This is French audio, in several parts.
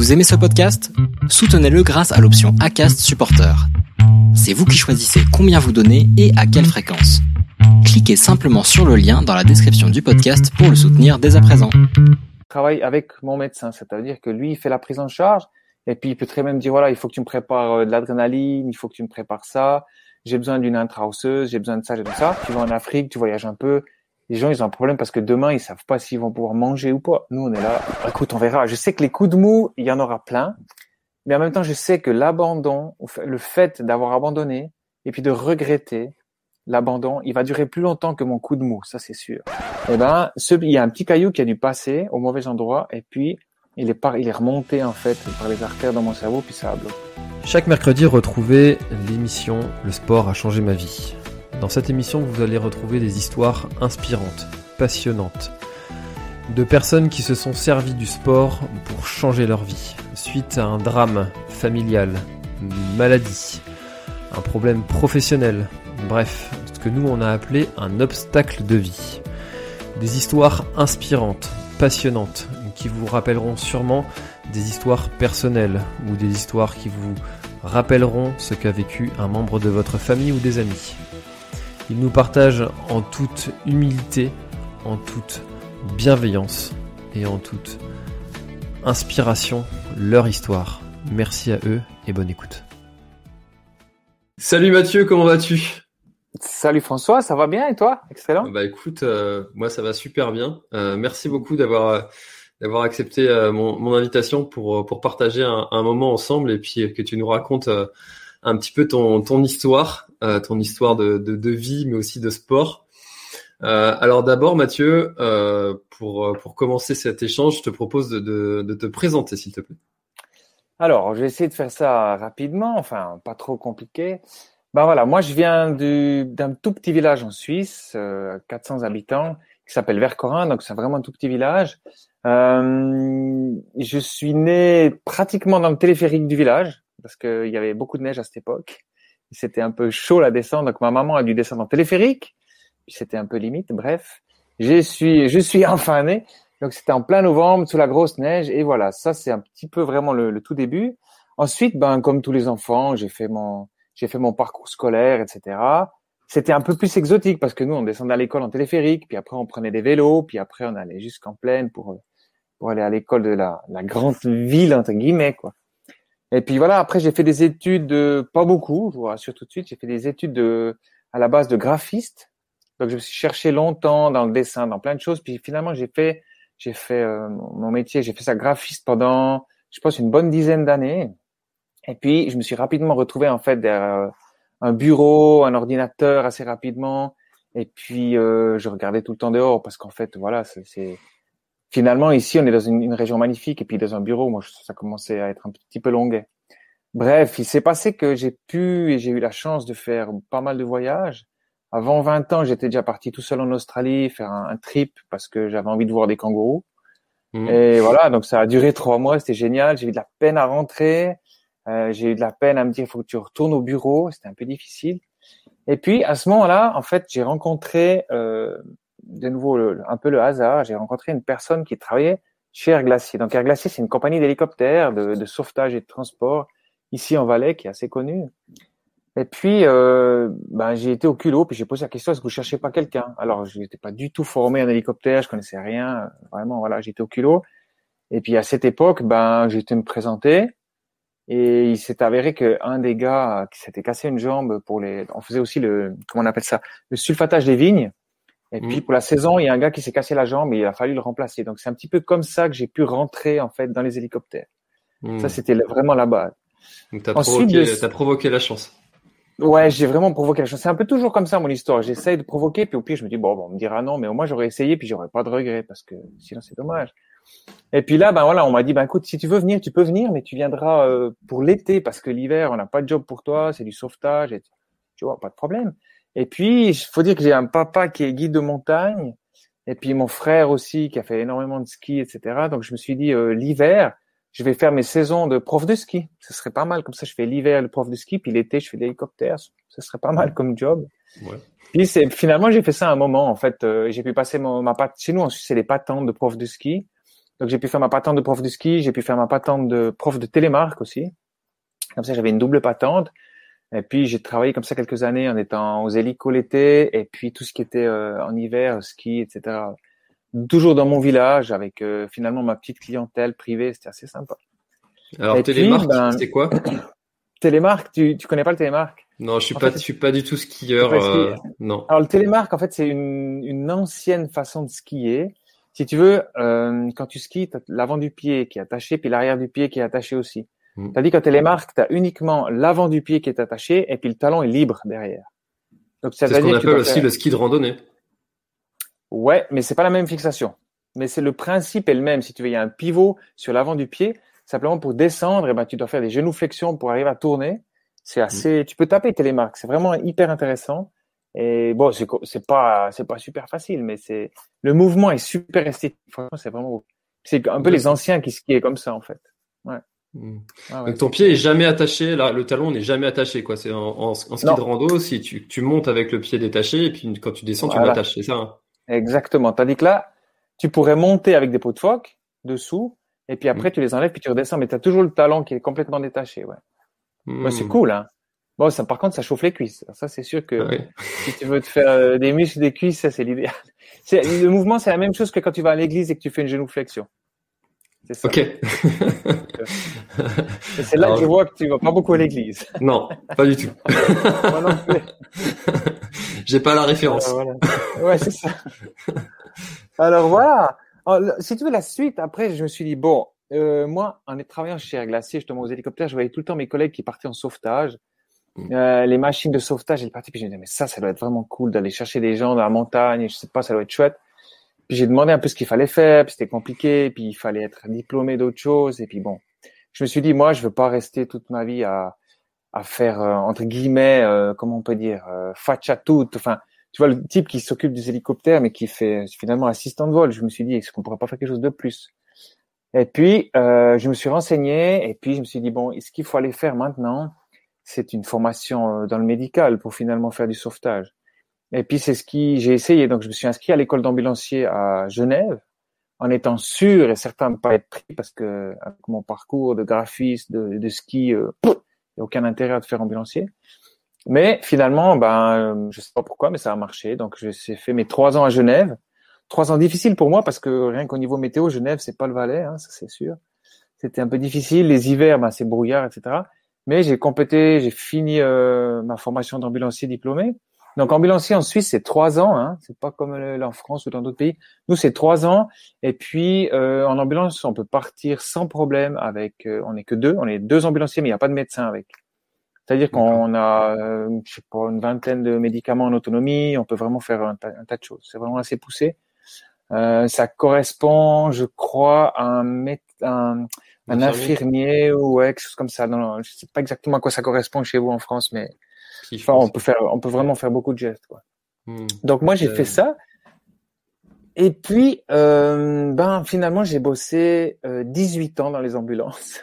Vous aimez ce podcast ? Soutenez-le grâce à l'option Acast Supporter. C'est vous qui choisissez combien vous donnez et à quelle fréquence. Cliquez simplement sur le lien dans la description du podcast pour le soutenir dès à présent. Je travaille avec mon médecin, c'est-à-dire que lui, il fait la prise en charge et puis il peut très bien me dire, voilà, il faut que tu me prépares de l'adrénaline, il faut que tu me prépares ça, j'ai besoin d'une intra-osseuse, j'ai besoin de ça, j'ai besoin de ça. Tu vas en Afrique, tu voyages un peu. Les gens, ils ont un problème parce que demain, ils savent pas s'ils vont pouvoir manger ou pas. Nous, on est là. Écoute, on verra. Je sais que les coups de mou, il y en aura plein. Mais en même temps, je sais que l'abandon, le fait d'avoir abandonné et puis de regretter l'abandon, il va durer plus longtemps que mon coup de mou. Ça, c'est sûr. Eh ben, il y a un petit caillou qui a dû passer au mauvais endroit et puis il est remonté, en fait, par les artères dans mon cerveau puis ça a bloqué. Chaque mercredi, retrouvez l'émission « Le sport a changé ma vie ». Dans cette émission, vous allez retrouver des histoires inspirantes, passionnantes, de personnes qui se sont servies du sport pour changer leur vie, suite à un drame familial, une maladie, un problème professionnel, bref, ce que nous on a appelé un obstacle de vie. Des histoires inspirantes, passionnantes, qui vous rappelleront sûrement des histoires personnelles ou des histoires qui vous rappelleront ce qu'a vécu un membre de votre famille ou des amis. Ils nous partagent en toute humilité, en toute bienveillance et en toute inspiration leur histoire. Merci à eux et bonne écoute. Salut Mathieu, comment vas-tu ? Salut François, ça va bien et toi ? Excellent. Bah écoute, moi ça va super bien. Merci beaucoup d'avoir accepté mon invitation pour partager un moment ensemble et puis que tu nous racontes un petit peu ton histoire de vie, mais aussi de sport. Alors d'abord, Mathieu, pour commencer cet échange, je te propose de te présenter, s'il te plaît. Alors, je vais essayer de faire ça rapidement, enfin, pas trop compliqué. Ben voilà, moi je viens d'un tout petit village en Suisse, 400 habitants, qui s'appelle Vercorin, donc c'est vraiment un tout petit village. Je suis né pratiquement dans le téléphérique du village, parce qu'il y avait beaucoup de neige à cette époque. C'était un peu chaud la descente, donc ma maman a dû descendre en téléphérique. Puis c'était un peu limite, bref. Je suis enfin né. Donc c'était en plein novembre, sous la grosse neige, et voilà. Ça, c'est un petit peu vraiment le tout début. Ensuite, ben, comme tous les enfants, j'ai fait mon parcours scolaire, etc. C'était un peu plus exotique parce que nous, on descendait à l'école en téléphérique, puis après on prenait des vélos, puis après on allait jusqu'en plaine pour aller à l'école de la grande ville, entre guillemets, quoi. Et puis voilà, après j'ai fait des études, pas beaucoup, je vous rassure tout de suite, j'ai fait des études à la base de graphiste. Donc je me suis cherché longtemps dans le dessin, dans plein de choses, puis finalement j'ai fait mon métier, j'ai fait ça graphiste pendant, je pense, une bonne dizaine d'années. Et puis je me suis rapidement retrouvé en fait derrière un bureau, un ordinateur assez rapidement. Et puis je regardais tout le temps dehors parce qu'en fait voilà, c'est finalement, ici, on est dans une région magnifique et puis dans un bureau, moi, ça commençait à être un petit peu longuet. Bref, il s'est passé que j'ai eu la chance de faire pas mal de voyages. Avant 20 ans, j'étais déjà parti tout seul en Australie faire un trip parce que j'avais envie de voir des kangourous. Et voilà, donc ça a duré 3 mois, c'était génial. J'ai eu de la peine à rentrer. J'ai eu de la peine à me dire, il faut que tu retournes au bureau. C'était un peu difficile. Et puis, à ce moment-là, en fait, j'ai rencontré de nouveau un peu le hasard, j'ai rencontré une personne qui travaillait chez Air Glacier. Donc Air Glacier, c'est une compagnie d'hélicoptères, de sauvetage et de transport ici en Valais, qui est assez connue. Et puis j'ai été au culot, puis j'ai posé la question, est-ce que vous cherchez pas quelqu'un ? Alors je n'étais pas du tout formé en hélicoptère, je connaissais rien, vraiment voilà, j'étais au culot. Et puis à cette époque, j'ai été me présenter et il s'est avéré que un des gars qui s'était cassé une jambe on faisait aussi comment on appelle ça, le sulfatage des vignes. Et puis pour la saison, il y a un gars qui s'est cassé la jambe et il a fallu le remplacer. Donc c'est un petit peu comme ça que j'ai pu rentrer en fait dans les hélicoptères. Ça c'était vraiment la base. Donc t'as provoqué la chance. Ouais, j'ai vraiment provoqué la chance. C'est un peu toujours comme ça mon histoire. J'essaye de provoquer puis au pire je me dis bon on me dira non, mais au moins j'aurais essayé puis j'aurais pas de regrets parce que sinon c'est dommage. Et puis là voilà, on m'a dit écoute, si tu veux venir, tu peux venir, mais tu viendras pour l'été parce que l'hiver on n'a pas de job pour toi, c'est du sauvetage et tu vois, pas de problème. Et puis, il faut dire que j'ai un papa qui est guide de montagne, et puis mon frère aussi qui a fait énormément de ski, etc. Donc je me suis dit l'hiver, je vais faire mes saisons de prof de ski. Ce serait pas mal, comme ça je fais l'hiver le prof de ski, puis l'été je fais de l'hélicoptère. Ce serait pas mal comme job. Ouais. Puis finalement j'ai fait ça un moment en fait. J'ai pu passer ma patte. Chez nous en Suisse c'est les patentes de prof de ski. Donc, j'ai pu faire ma patente de prof de ski, j'ai pu faire ma patente de prof de télémarque aussi. Comme ça, j'avais une double patente. Et puis, j'ai travaillé comme ça quelques années en étant aux hélicos l'été et puis tout ce qui était en hiver, ski, etc. Toujours dans mon village avec finalement ma petite clientèle privée. C'était assez sympa. Alors, et télémarque, puis, c'est quoi? Télémarque, tu connais pas le télémarque? Non, je En fait, suis pas du tout skieur. Non. alors, le télémarque, en fait, c'est une ancienne façon de skier. Si tu veux, quand tu skis, tu as l'avant du pied qui est attaché, puis l'arrière du pied qui est attaché aussi. Tandis qu'en télémarque, tu as uniquement l'avant du pied qui est attaché, et puis le talon est libre derrière. Donc, C'est ce qu'on appelle aussi le ski de randonnée. Ouais, mais c'est pas la même fixation. Mais c'est le principe est le même. Si tu veux, il y a un pivot sur l'avant du pied. Simplement pour descendre, eh ben, tu dois faire des genuflexions pour arriver à tourner. C'est assez, tu peux taper télémarque. C'est vraiment hyper intéressant. Et bon, c'est pas super facile, mais le mouvement est super esthétique. Franchement, c'est vraiment beau. C'est un peu les anciens qui skiaient comme ça, en fait. Ouais. Ah ouais. Donc ton pied est jamais attaché, là, le talon n'est jamais attaché, quoi. C'est en ski de rando, si tu montes avec le pied détaché, et puis quand tu descends, tu l'attaches, c'est ça, hein? Exactement. Tandis que là, tu pourrais monter avec des pots de phoque dessous, et puis après, tu les enlèves, puis tu redescends, mais tu as toujours le talon qui est complètement détaché, ouais. Ouais, c'est cool, hein. Bon, ça, par contre, ça chauffe les cuisses. Ça, c'est sûr que si tu veux te faire des muscles des cuisses, ça, c'est l'idéal. Le mouvement, c'est la même chose que quand tu vas à l'église et que tu fais une genuflexion. C'est ça. Ok. Et c'est là que je vois que tu vas pas beaucoup à l'église. Non, pas du tout. Moi non plus. J'ai pas la référence. Voilà. Ouais, c'est ça. Alors voilà. Alors, si tu veux la suite, après, je me suis dit, bon, moi, en travaillant chez Air Glacier, justement aux hélicoptères, je voyais tout le temps mes collègues qui partaient en sauvetage. Les machines de sauvetage, elles partaient, puis je me disais, mais ça doit être vraiment cool d'aller chercher des gens dans la montagne, je sais pas, ça doit être chouette. Puis j'ai demandé un peu ce qu'il fallait faire, puis c'était compliqué, puis il fallait être diplômé d'autres choses, et puis bon, je me suis dit, moi, je veux pas rester toute ma vie à faire, entre guillemets, comment on peut dire, faccia tout, enfin, tu vois, le type qui s'occupe des hélicoptères, mais qui fait finalement assistant de vol. Je me suis dit, est-ce qu'on pourrait pas faire quelque chose de plus? Et puis, je me suis renseigné, et puis je me suis dit, bon, ce qu'il faut aller faire maintenant, c'est une formation dans le médical pour finalement faire du sauvetage. Et puis, c'est ce qui j'ai essayé. Donc, je me suis inscrit à l'école d'ambulancier à Genève, en étant sûr et certain de ne pas être pris, parce que avec mon parcours de graphiste, de ski, il n'y a aucun intérêt à te faire ambulancier. Mais finalement, je sais pas pourquoi, mais ça a marché. Donc, j'ai fait mes 3 ans à Genève. 3 ans difficiles pour moi parce que rien qu'au niveau météo, Genève, c'est pas le Valais, hein, ça c'est sûr. C'était un peu difficile. Les hivers, c'est brouillard, etc. Mais j'ai fini ma formation d'ambulancier diplômé. Donc, ambulancier en Suisse, c'est 3 ans. Hein. C'est pas comme en France ou dans d'autres pays. Nous, c'est 3 ans. Et puis, en ambulance, on peut partir sans problème avec. On n'est que 2. On est 2 ambulanciers, mais il n'y a pas de médecin avec. C'est-à-dire qu'on a, je sais pas, une vingtaine de médicaments en autonomie. On peut vraiment faire un tas de choses. C'est vraiment assez poussé. Ça correspond, je crois, à un infirmier ou quelque chose comme ça. Non, je sais pas exactement à quoi ça correspond chez vous en France, mais enfin, on peut vraiment faire beaucoup de gestes, quoi. Donc moi j'ai fait ça. Et puis finalement j'ai bossé 18 ans dans les ambulances.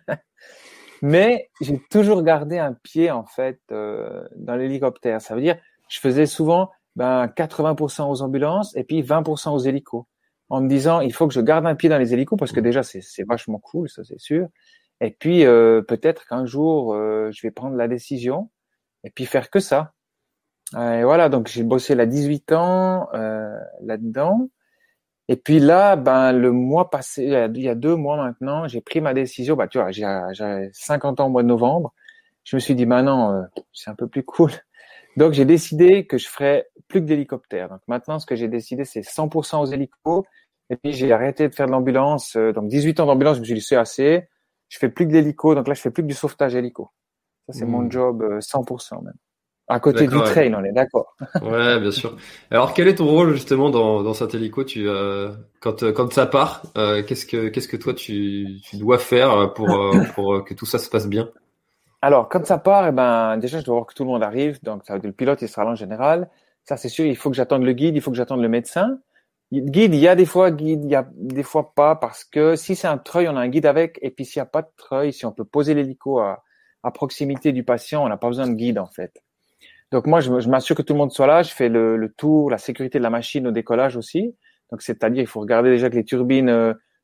Mais j'ai toujours gardé un pied en fait dans l'hélicoptère. Ça veut dire je faisais souvent 80% aux ambulances et puis 20% aux hélicos. En me disant, il faut que je garde un pied dans les hélicos parce que déjà, c'est vachement cool, ça, c'est sûr. Et puis, peut-être qu'un jour, je vais prendre la décision et puis faire que ça. Et voilà, donc j'ai bossé là 18 ans là-dedans. Et puis là, le mois passé, il y a 2 mois maintenant, j'ai pris ma décision. Tu vois, j'ai 50 ans au mois de novembre. Je me suis dit, maintenant, c'est un peu plus cool. Donc, j'ai décidé que je ferais plus que d'hélicoptères. Donc, maintenant, ce que j'ai décidé, c'est 100% aux hélicos. Et puis, j'ai arrêté de faire de l'ambulance. Donc, 18 ans d'ambulance, je me suis dit, c'est assez. Je fais plus que de l'hélico. Donc là, je fais plus que du sauvetage hélico. Ça, c'est mon job 100% même. À côté du trail, on est d'accord. Ouais, bien sûr. Alors, quel est ton rôle, justement, dans cet hélico? Quand ça part, qu'est-ce que toi, tu dois faire pour que tout ça se passe bien? Alors, quand ça part, déjà, je dois voir que tout le monde arrive. Donc, ça veut dire le pilote, il sera là en général. Ça, c'est sûr. Il faut que j'attende le guide. Il faut que j'attende le médecin. Guide, il y a des fois guide, il y a des fois pas, parce que si c'est un treuil, on a un guide avec. Et puis, s'il n'y a pas de treuil, si on peut poser l'hélico à proximité du patient, on n'a pas besoin de guide, en fait. Donc, moi, je m'assure que tout le monde soit là. Je fais le tour, la sécurité de la machine au décollage aussi. Donc, c'est-à-dire, il faut regarder déjà que les turbines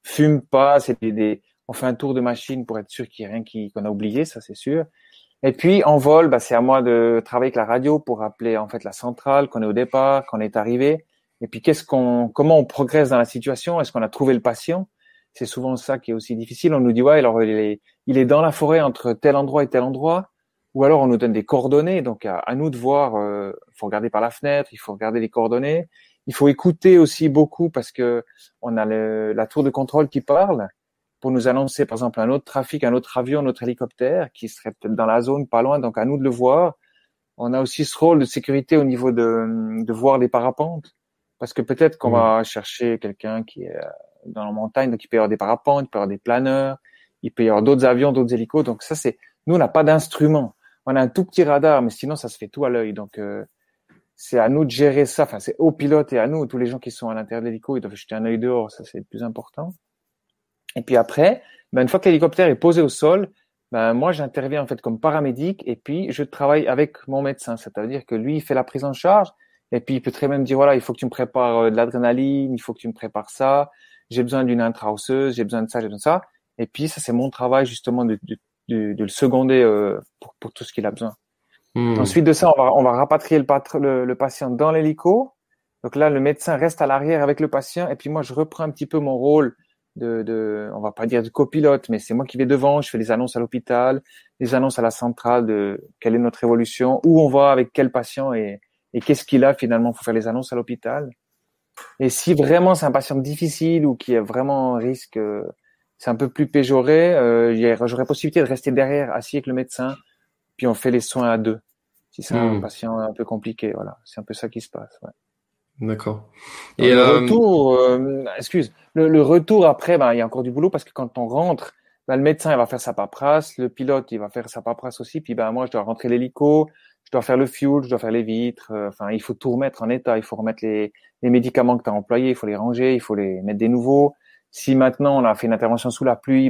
fume pas. On fait un tour de machine pour être sûr qu'il n'y a rien qu'on a oublié, ça c'est sûr. Et puis en vol, c'est à moi de travailler avec la radio pour rappeler en fait la centrale, qu'on est au départ, qu'on est arrivé. Et puis comment on progresse dans la situation? Est-ce qu'on a trouvé le patient? C'est souvent ça qui est aussi difficile. On nous dit ouais, alors il est dans la forêt entre tel endroit et tel endroit, ou alors on nous donne des coordonnées. Donc à nous de voir. Il faut regarder par la fenêtre, il faut regarder les coordonnées. Il faut écouter aussi beaucoup parce que on a la tour de contrôle qui parle pour nous annoncer par exemple un autre trafic, un autre avion, un autre hélicoptère qui serait peut-être dans la zone, pas loin. Donc à nous de le voir. On a aussi ce rôle de sécurité au niveau de voir les parapentes. Parce que peut-être qu'on va chercher quelqu'un qui est dans la montagne, donc il peut y avoir des parapentes, il peut y avoir des planeurs, il peut y avoir d'autres avions, d'autres hélicos. Donc ça, nous, on n'a pas d'instrument. On a un tout petit radar, mais sinon, ça se fait tout à l'œil. Donc, c'est à nous de gérer ça. Enfin, c'est aux pilotes et à nous, tous les gens qui sont à l'intérieur de l'hélico, ils doivent jeter un œil dehors. Ça, c'est le plus important. Et puis après, une fois que l'hélicoptère est posé au sol, moi, j'interviens en fait comme paramédic et puis je travaille avec mon médecin. C'est-à-dire que lui, il fait la prise en charge. Et puis, il peut très bien me dire, voilà, il faut que tu me prépares de l'adrénaline, il faut que tu me prépares ça, j'ai besoin d'une intra-osseuse, j'ai besoin de ça, j'ai besoin de ça. Et puis, ça, c'est mon travail, justement, de le seconder pour tout ce qu'il a besoin. Ensuite de ça, on va rapatrier le patient dans l'hélico. Donc là, le médecin reste à l'arrière avec le patient. Et puis, moi, je reprends un petit peu mon rôle on va pas dire de copilote, mais c'est moi qui vais devant, je fais les annonces à l'hôpital, les annonces à la centrale de quelle est notre évolution, où on va avec quel patient et qu'est-ce qu'il a finalement pour faire les annonces à l'hôpital. Et si vraiment c'est un patient difficile ou qui a vraiment un risque, c'est un peu plus péjoré, j'aurais possibilité de rester derrière, assis avec le médecin, puis on fait les soins à deux. Si c'est un patient un peu compliqué, voilà, c'est un peu ça qui se passe. Ouais. D'accord. Et le retour, le retour après, il y a encore du boulot parce que quand on rentre, le médecin il va faire sa paperasse, le pilote il va faire sa paperasse aussi, puis moi je dois rentrer l'hélico. Je dois faire le fuel, je dois faire les vitres. Il faut tout remettre en état. Il faut remettre les médicaments que tu as employés, il faut les ranger, il faut les mettre des nouveaux. Si maintenant on a fait une intervention sous la pluie,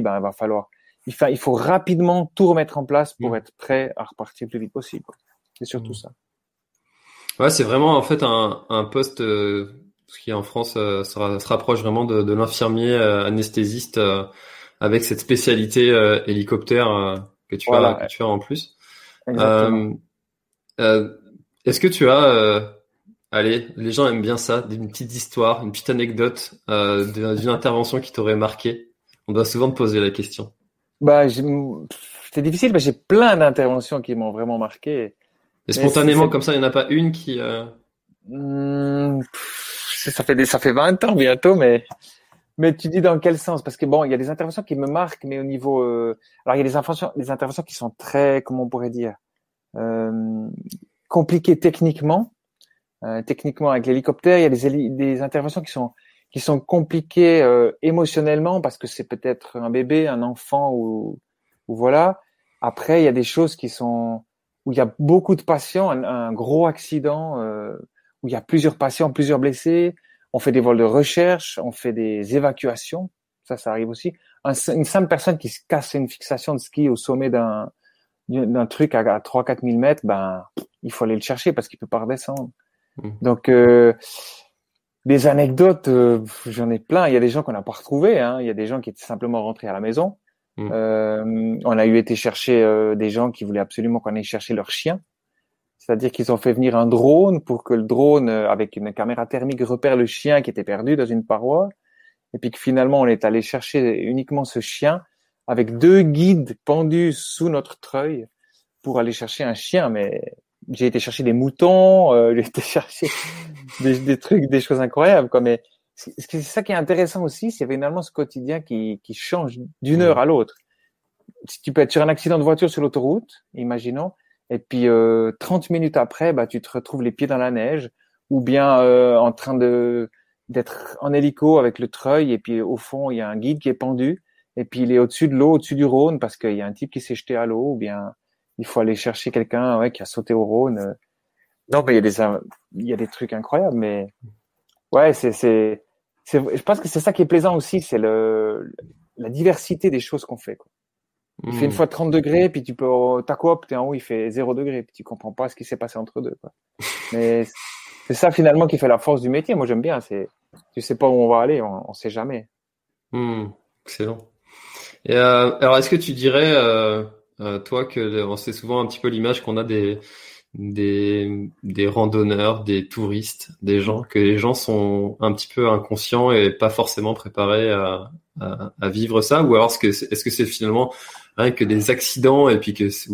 il faut rapidement tout remettre en place pour être prêt à repartir le plus vite possible. C'est surtout ça. Ouais, c'est vraiment en fait un poste qui en France se rapproche vraiment de l'infirmier anesthésiste avec cette spécialité hélicoptère que tu as en plus. Exactement. Est-ce que tu as, les gens aiment bien ça, une petite histoire, une petite anecdote d'une intervention qui t'aurait marqué? On doit souvent te poser la question. C'est difficile, mais j'ai plein d'interventions qui m'ont vraiment marqué. Et spontanément, comme ça, il n'y en a pas une qui... Ça fait 20 ans bientôt, mais tu dis dans quel sens? Parce que il y a des interventions qui me marquent, mais au niveau... Alors, il y a des interventions qui sont très, comment on pourrait dire, compliquées techniquement. Techniquement avec l'hélicoptère, il y a des interventions qui sont compliquées émotionnellement parce que c'est peut-être un bébé, un enfant ou voilà. Après, il y a des choses où il y a beaucoup de patients, un gros accident où il y a plusieurs patients, plusieurs blessés. On fait des vols de recherche, on fait des évacuations. Ça arrive aussi. Une simple personne qui se casse une fixation de ski au sommet d'un truc à 3-4 000 mètres, il faut aller le chercher parce qu'il peut pas redescendre. Donc, des anecdotes, j'en ai plein. Il y a des gens qu'on n'a pas retrouvés. Il y a des gens qui étaient simplement rentrés à la maison. On a été chercher des gens qui voulaient absolument qu'on aille chercher leur chien. C'est-à-dire qu'ils ont fait venir un drone pour que le drone, avec une caméra thermique, repère le chien qui était perdu dans une paroi. Et puis que finalement, on est allé chercher uniquement ce chien avec 2 guides pendus sous notre treuil pour aller chercher un chien. Mais j'ai été chercher des moutons, j'ai été chercher des trucs, des choses incroyables, quoi. Mais c'est ça qui est intéressant aussi, c'est finalement ce quotidien qui change d'une heure à l'autre. Si tu peux être sur un accident de voiture sur l'autoroute, imaginons, et puis 30 minutes après, tu te retrouves les pieds dans la neige, ou bien en train d'être en hélico avec le treuil, et puis au fond il y a un guide qui est pendu, et puis il est au-dessus de l'eau, au-dessus du Rhône, parce qu'il y a un type qui s'est jeté à l'eau, ou bien il faut aller chercher quelqu'un qui a sauté au Rhône. Non, mais il y a des trucs incroyables, mais ouais, je pense que c'est ça qui est plaisant aussi, c'est la diversité des choses qu'on fait, quoi. Il fait une fois 30 degrés, puis ta coop, t'es en haut, il fait 0 degrés, puis tu comprends pas ce qui s'est passé entre deux, quoi. Mais c'est ça finalement qui fait la force du métier. Moi, j'aime bien. Tu sais pas où on va aller, on sait jamais. Excellent. Et alors, est-ce que tu dirais, toi, que c'est souvent un petit peu l'image qu'on a des randonneurs, des touristes, des gens, que les gens sont un petit peu inconscients et pas forcément préparés à vivre ça, ou alors est-ce que c'est finalement rien que des accidents et puis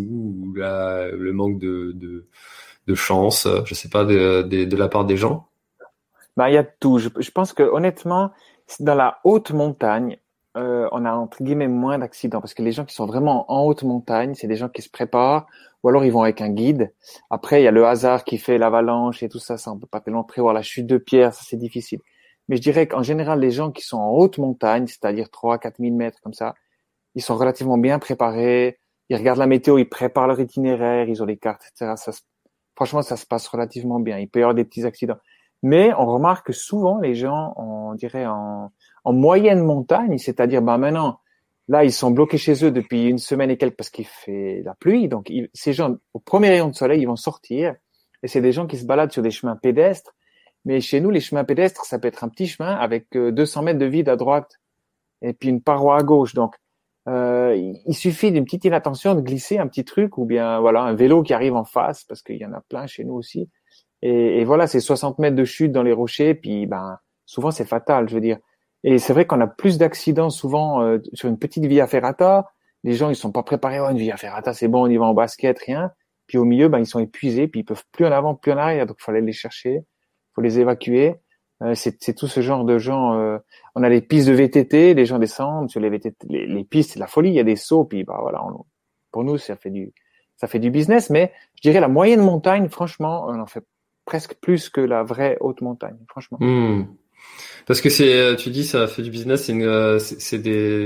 le manque de chance, je sais pas, de la part des gens? Ben, il y a tout. Je pense que honnêtement, dans la haute montagne, on a entre guillemets moins d'accidents parce que les gens qui sont vraiment en haute montagne, c'est des gens qui se préparent ou alors ils vont avec un guide. Après, il y a le hasard qui fait l'avalanche et tout ça, ça on peut pas tellement prévoir. La chute de pierre, ça c'est difficile. Mais je dirais qu'en général, les gens qui sont en haute montagne, c'est-à-dire 3-4 000 mètres comme ça, ils sont relativement bien préparés. Ils regardent la météo, ils préparent leur itinéraire, ils ont les cartes, etc. Franchement, ça se passe relativement bien. Il peut y avoir des petits accidents. Mais on remarque que souvent, les gens, on dirait en moyenne montagne, c'est-à-dire maintenant, là, ils sont bloqués chez eux depuis une semaine et quelques parce qu'il fait la pluie. Donc, ces gens, au premier rayon de soleil, ils vont sortir. Et c'est des gens qui se baladent sur des chemins pédestres. Mais chez nous, les chemins pédestres, ça peut être un petit chemin avec 200 mètres de vide à droite et puis une paroi à gauche. Donc, il suffit d'une petite inattention de glisser un petit truc ou bien voilà un vélo qui arrive en face parce qu'il y en a plein chez nous aussi. Et voilà, c'est 60 mètres de chute dans les rochers, puis souvent c'est fatal, je veux dire. Et c'est vrai qu'on a plus d'accidents souvent sur une petite via ferrata. Les gens ils sont pas préparés. Oh, une via ferrata, c'est bon, on y va en basket, rien. Puis au milieu, ils sont épuisés, puis ils peuvent plus en avant, plus en arrière. Donc il faut aller les chercher, faut les évacuer. C'est tout ce genre de gens. On a les pistes de VTT, les gens descendent sur les VTT, les pistes, c'est de la folie. Il y a des sauts, puis voilà. Pour nous, ça fait du business. Mais je dirais la moyenne montagne, franchement, on en fait presque plus que la vraie haute montagne, franchement. Parce que tu dis, ça fait du business, c'est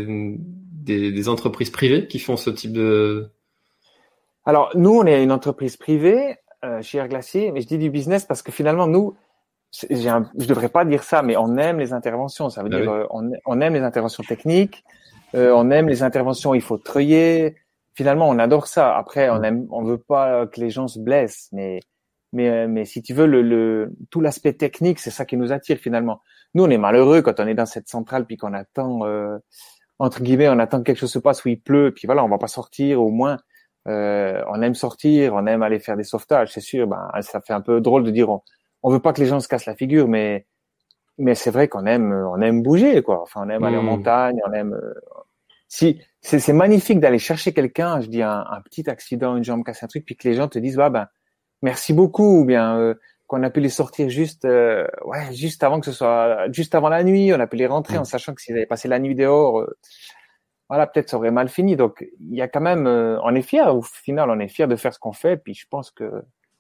des entreprises privées qui font ce type de... Alors, nous, on est une entreprise privée chez Air Glacier, mais je dis du business parce que finalement, nous, je devrais pas dire ça, mais on aime les interventions. Ça veut dire, oui. On aime les interventions techniques, on aime les interventions où il faut treuiller. Finalement, on adore ça. Après, on veut pas que les gens se blessent, mais si tu veux, tout l'aspect technique, c'est ça qui nous attire finalement. Nous, on est malheureux quand on est dans cette centrale puis qu'on attend, entre guillemets, on attend que quelque chose se passe où il pleut, puis voilà, on va pas sortir. Au moins, on aime sortir, on aime aller faire des sauvetages, c'est sûr. Ça fait un peu drôle de dire on veut pas que les gens se cassent la figure, mais c'est vrai qu'on aime bouger, quoi. Enfin, on aime aller en montagne, on aime. Si c'est magnifique d'aller chercher quelqu'un, je dis un petit accident, une jambe cassée, un truc, puis que les gens te disent merci beaucoup, ou bien qu'on a pu les sortir juste avant que ce soit juste avant la nuit, on a pu les rentrer en sachant que s'ils avaient passé la nuit dehors, voilà, peut-être ça aurait mal fini. Donc il y a quand même, on est fiers, au final, on est fiers de faire ce qu'on fait, puis je pense que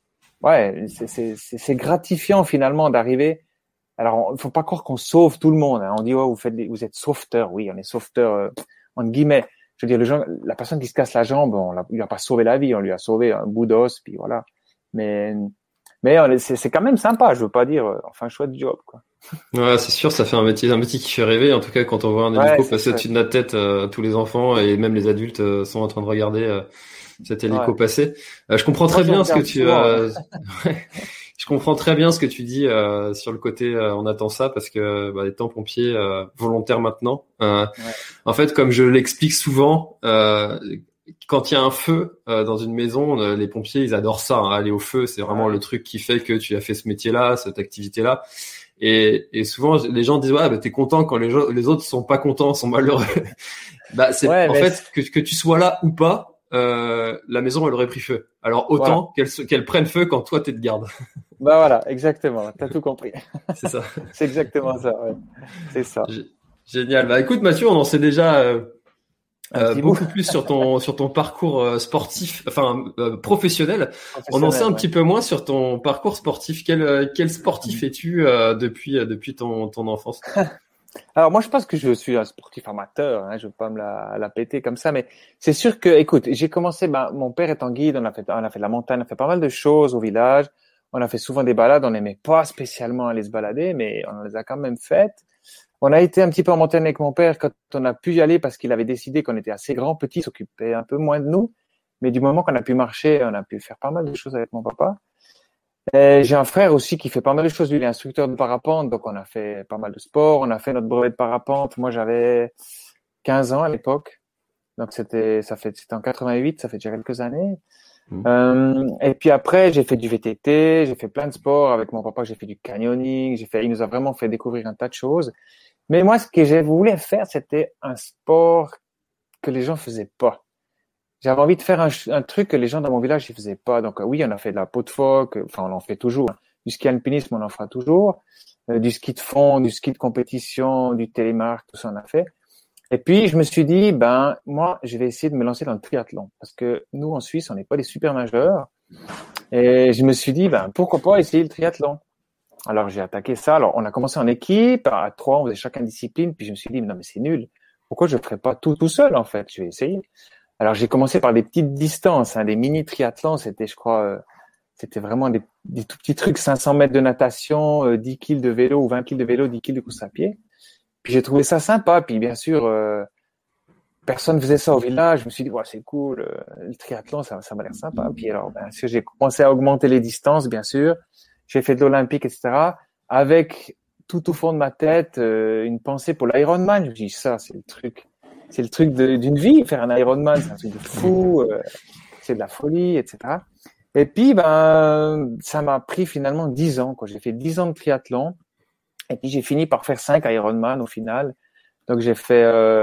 c'est gratifiant finalement d'arriver. Alors il faut pas croire qu'on sauve tout le monde, hein. On dit vous êtes sauveteurs, oui, on est sauveteurs entre guillemets. Je veux dire, la personne qui se casse la jambe, on lui a pas sauvé la vie, on lui a sauvé un bout d'os, puis voilà. Mais c'est quand même sympa, je veux pas dire, enfin chouette job, quoi. Ouais, c'est sûr, ça fait un métier qui fait rêver. En tout cas, quand on voit un hélico passer au-dessus de notre tête, tous les enfants et même les adultes sont en train de regarder cet hélico passer. Je comprends très bien ce que tu je comprends très bien ce que tu dis sur le côté on attend ça parce que les temps pompiers volontaires maintenant. En fait, comme je l'explique souvent, quand il y a un feu dans une maison, les pompiers ils adorent ça, hein, aller au feu, c'est vraiment le truc qui fait que tu as fait ce métier-là, cette activité-là. Et souvent les gens disent t'es content quand les autres sont pas contents, sont malheureux. Fait que tu sois là ou pas, la maison elle aurait pris feu. Alors autant qu'elle prenne feu quand toi t'es de garde. Voilà, exactement, t'as tout compris. C'est ça. C'est exactement ça, ouais. C'est ça. Génial. Écoute Mathieu, on en sait déjà beaucoup plus sur ton parcours sportif, professionnel. On en sait un petit peu moins sur ton parcours sportif. Quel sportif es-tu depuis ton enfance? Alors moi je pense que je suis un sportif amateur, hein, je veux pas me la péter comme ça, mais c'est sûr que, écoute, j'ai commencé, mon père étant guide, on a fait de la montagne, on a fait pas mal de choses au village, on a fait souvent des balades, on n'aimait pas spécialement aller se balader, mais on les a quand même faites. On a été un petit peu en montagne avec mon père quand on a pu y aller parce qu'il avait décidé qu'on était assez grands, petits, s'occupait un peu moins de nous, mais du moment qu'on a pu marcher, on a pu faire pas mal de choses avec mon papa. Et j'ai un frère aussi qui fait pas mal de choses. Lui, il est instructeur de parapente, donc on a fait pas mal de sport. On a fait notre brevet de parapente. Moi, j'avais 15 ans à l'époque. Donc c'était en 88, ça fait déjà quelques années. Et puis après, j'ai fait du VTT, j'ai fait plein de sports avec mon papa. J'ai fait du canyoning, il nous a vraiment fait découvrir un tas de choses. Mais moi, ce que je voulais faire, c'était un sport que les gens faisaient pas. J'avais envie de faire un truc que les gens dans mon village ne faisaient pas. Donc oui, on a fait de la peau de phoque, enfin on en fait toujours. Du ski alpinisme, on en fera toujours. Du ski de fond, du ski de compétition, du télémark, tout ça on a fait. Et puis je me suis dit, moi je vais essayer de me lancer dans le triathlon parce que nous en Suisse on n'est pas des super nageurs. Et je me suis dit, pourquoi pas essayer le triathlon. Alors j'ai attaqué ça. Alors on a commencé en équipe, à 3, on faisait chacun une discipline. Puis je me suis dit, non mais c'est nul. Pourquoi je ne ferais pas tout seul en fait? Je vais essayer. Alors j'ai commencé par des petites distances, des mini triathlons. C'était, je crois, c'était vraiment des tout petits trucs, 500 mètres de natation, 10 kills de vélo ou 20 kills de vélo, 10 kills de course à pied. Puis j'ai trouvé ça sympa. Puis bien sûr, personne faisait ça au village. Je me suis dit, c'est cool, le triathlon, ça m'a l'air sympa. Puis alors, bien sûr, j'ai commencé à augmenter les distances, bien sûr. J'ai fait de l'olympique, etc. Avec tout au fond de ma tête une pensée pour l'Ironman. Je me dis, ça, c'est le truc d'une vie, faire un Ironman, c'est un truc de fou, c'est de la folie, etc. Et puis, ça m'a pris finalement 10 ans, quoi. J'ai fait 10 ans de triathlon. Et puis, j'ai fini par faire 5 Ironman au final. Donc, j'ai fait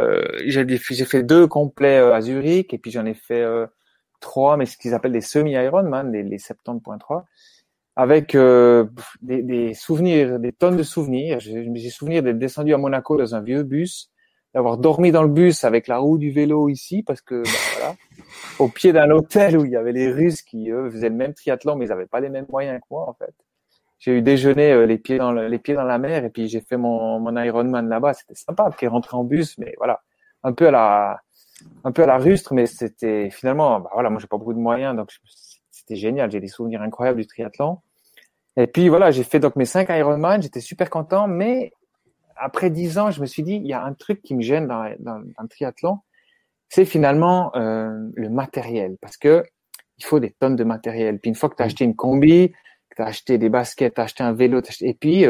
2 complets à Zurich, et puis j'en ai fait 3, mais ce qu'ils appellent des semi-Ironman, les 70.3. Avec des souvenirs, des tonnes de souvenirs. J'ai souvenir d'être descendu à Monaco dans un vieux bus, d'avoir dormi dans le bus avec la roue du vélo ici, parce que voilà, au pied d'un hôtel où il y avait les Russes qui eux faisaient le même triathlon, mais ils n'avaient pas les mêmes moyens que moi en fait. J'ai eu déjeuner les pieds dans la mer, et puis j'ai fait mon Ironman là-bas. C'était sympa, puis rentrer en bus, mais voilà, un peu à la rustre, mais c'était finalement, moi j'ai pas beaucoup de moyens, donc c'était génial. J'ai des souvenirs incroyables du triathlon. Et puis voilà, j'ai fait donc mes 5 Ironman, j'étais super content, mais après 10 ans, je me suis dit, il y a un truc qui me gêne dans le triathlon, c'est finalement le matériel, parce que il faut des tonnes de matériel. Puis une fois que tu as acheté une combi, que tu as acheté des baskets, tu as acheté un vélo, et puis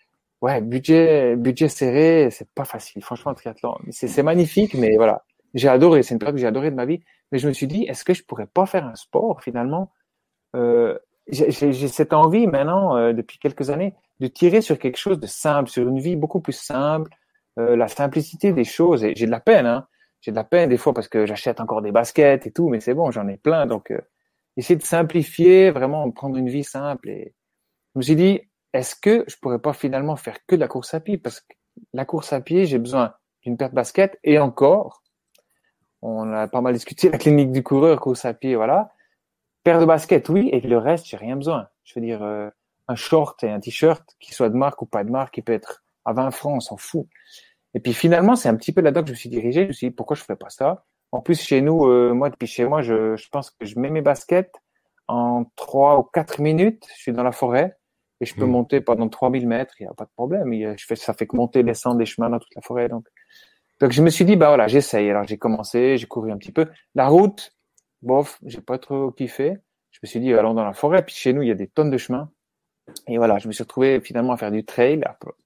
budget serré, c'est pas facile. Franchement, le triathlon, c'est magnifique, mais voilà, j'ai adoré, c'est une période que j'ai adoré de ma vie. Mais je me suis dit, est-ce que je pourrais pas faire un sport finalement j'ai cette envie maintenant, depuis quelques années, de tirer sur quelque chose de simple, sur une vie beaucoup plus simple, la simplicité des choses. Et j'ai de la peine, j'ai de la peine des fois parce que j'achète encore des baskets et tout, mais c'est bon, j'en ai plein. Donc, essayer de simplifier, vraiment prendre une vie simple. Et je me suis dit, est-ce que je pourrais pas finalement faire que de la course à pied? Parce que la course à pied, j'ai besoin d'une paire de baskets et encore, on a pas mal discuté, la clinique du coureur, course à pied, voilà. Paire de baskets, oui, et le reste, j'ai rien besoin. Je veux dire, un short et un t-shirt, qui soit de marque ou pas de marque, qui peut être à 20 francs, on s'en fout. Et puis finalement, c'est un petit peu là-dedans que je me suis dirigé. Je me suis dit, pourquoi je ferais pas ça? En plus, chez nous, moi, depuis chez moi, je pense que je mets mes baskets en 3 ou 4 minutes. Je suis dans la forêt et je peux monter pendant 3000 mètres. Il n'y a pas de problème. Ça fait que monter, descendre des chemins dans toute la forêt. Donc je me suis dit, voilà, j'essaye. Alors, j'ai commencé, j'ai couru un petit peu. La route, bof, j'ai pas trop kiffé. Je me suis dit, allons dans la forêt. Puis chez nous, il y a des tonnes de chemins. Et voilà, je me suis retrouvé finalement à faire du trail.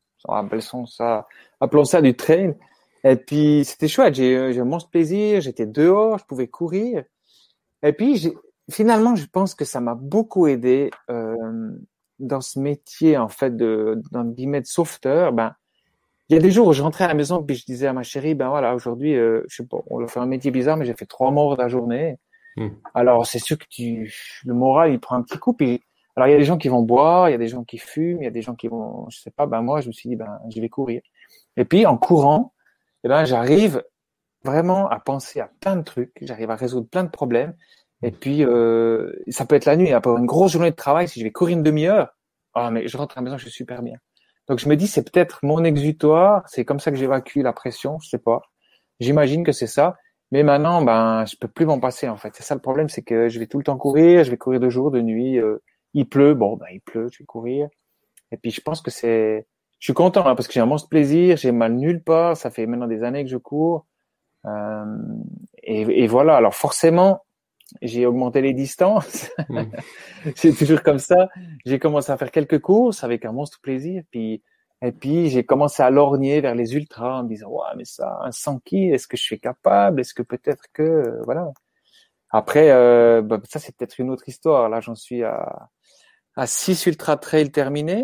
Appelons ça du trail. Et puis, c'était chouette. J'ai un monstre plaisir. J'étais dehors, je pouvais courir. Et puis, finalement, je pense que ça m'a beaucoup aidé dans ce métier, en fait, dans le guillemets de sauveteur. Il y a des jours où je rentrais à la maison puis je disais à ma chérie, voilà, aujourd'hui, je sais pas, on va faire un métier bizarre, mais j'ai fait 3 morts de la journée. Alors, c'est sûr que le moral, il prend un petit coup. Puis, alors, il y a des gens qui vont boire, il y a des gens qui fument, il y a des gens qui vont, je sais pas, moi, je me suis dit, je vais courir. Et puis, en courant, j'arrive vraiment à penser à plein de trucs, j'arrive à résoudre plein de problèmes. Et puis, ça peut être la nuit, après une grosse journée de travail, si je vais courir une demi-heure, mais je rentre à la maison, je suis super bien. Donc, je me dis, c'est peut-être mon exutoire, c'est comme ça que j'évacue la pression, je sais pas. J'imagine que c'est ça. Mais maintenant, je peux plus m'en passer, en fait. C'est ça le problème, c'est que je vais tout le temps courir, je vais courir de jour, de nuit, il pleut, il pleut, je vais courir. Et puis, je pense que je suis content, parce que j'ai un monstre plaisir, j'ai mal nulle part, ça fait maintenant des années que je cours. Et voilà. Alors, forcément, j'ai augmenté les distances. Mm. C'est toujours comme ça. J'ai commencé à faire quelques courses avec un monstre plaisir. Et puis, j'ai commencé à lorgner vers les ultras en me disant, ouais, mais ça, un 100 kills, est-ce que je suis capable? Est-ce que peut-être que, voilà. Après, ça, c'est peut-être une autre histoire. Là, j'en suis à 6 ultra trails terminés.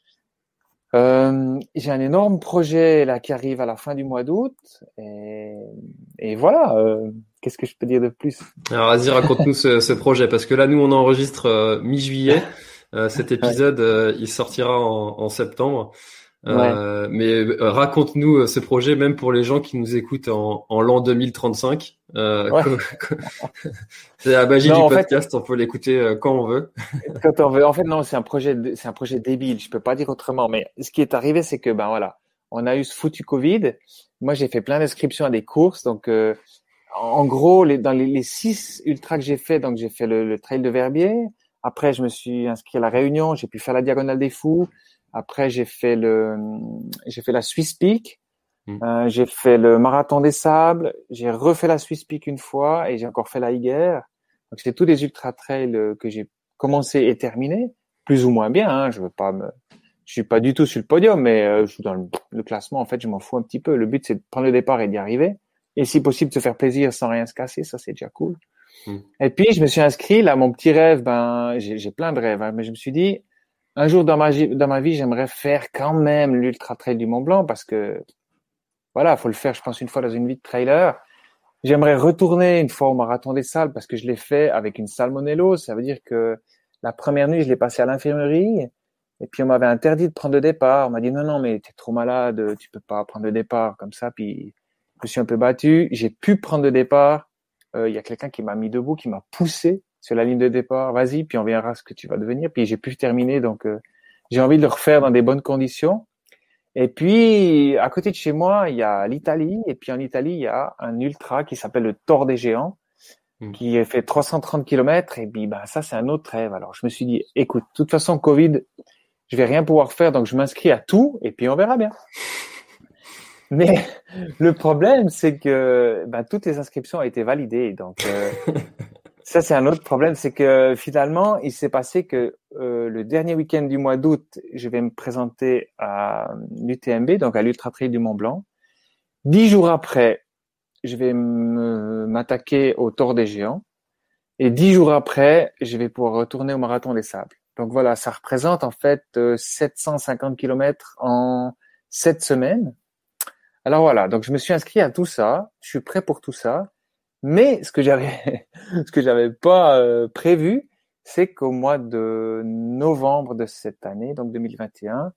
J'ai un énorme projet là qui arrive à la fin du mois d'août et voilà. Qu'est-ce que je peux dire de plus? Alors vas-y, raconte-nous ce projet, parce que là, nous, on enregistre mi-juillet. Cet épisode, il sortira en septembre. Ouais. Mais raconte-nous ce projet, même pour les gens qui nous écoutent en l'an 2035. Ouais. C'est la magie Non, du en podcast, on peut l'écouter quand on veut. quand on veut. En fait, non, c'est un projet débile. Je peux pas dire autrement. Mais ce qui est arrivé, c'est que ben voilà, on a eu ce foutu Covid. Moi, j'ai fait plein d'inscriptions à des courses. Donc, en gros, dans les 6 ultras que j'ai fait, donc j'ai fait le trail de Verbier. Après, je me suis inscrit à la Réunion. J'ai pu faire la Diagonale des Fous. Après, j'ai fait la Swiss Peak. J'ai fait le Marathon des Sables. J'ai refait la Swiss Peak une fois et j'ai encore fait la Higuerre. Donc, c'est tous des ultra trails que j'ai commencé et terminé, plus ou moins bien. Hein. Je suis pas du tout sur le podium, mais je suis dans le classement. En fait, je m'en fous un petit peu. Le but, c'est de prendre le départ et d'y arriver. Et si possible, de se faire plaisir sans rien se casser. Ça, c'est déjà cool. Et puis, je me suis inscrit. Là, mon petit rêve, j'ai plein de rêves, hein, mais je me suis dit, un jour dans ma vie, j'aimerais faire quand même l'Ultra Trail du Mont Blanc parce que, voilà, faut le faire, je pense, une fois dans une vie de trailer. J'aimerais retourner une fois au Marathon des Sables parce que je l'ai fait avec une salmonellose. Ça veut dire que la première nuit, je l'ai passé à l'infirmerie et puis on m'avait interdit de prendre le départ. On m'a dit non, mais t'es trop malade, tu peux pas prendre le départ comme ça. Puis je me suis un peu battu. J'ai pu prendre le départ. Il y a quelqu'un qui m'a mis debout, qui m'a poussé sur la ligne de départ. Vas-y, puis on verra ce que tu vas devenir. Puis j'ai pu terminer. Donc j'ai envie de le refaire dans des bonnes conditions. Et puis, à côté de chez moi, il y a l'Italie. Et puis, en Italie, il y a un ultra qui s'appelle le Tor des Géants, qui fait 330 km. Et puis, ça, c'est un autre rêve. Alors, je me suis dit, écoute, de toute façon, Covid, je vais rien pouvoir faire. Donc, je m'inscris à tout et puis on verra bien. Mais le problème, c'est que toutes les inscriptions ont été validées. Donc, ça, c'est un autre problème. C'est que finalement, il s'est passé que le dernier week-end du mois d'août, je vais me présenter à l'UTMB, donc à l'Ultra Trail du Mont Blanc. 10 jours après, je vais m'attaquer au Tor des Géants. Et 10 jours après, je vais pouvoir retourner au Marathon des Sables. Donc voilà, ça représente en fait 750 km en 7 semaines. Alors voilà, donc je me suis inscrit à tout ça. Je suis prêt pour tout ça. Mais ce que j'avais pas prévu, c'est qu'au mois de novembre de cette année, donc 2021,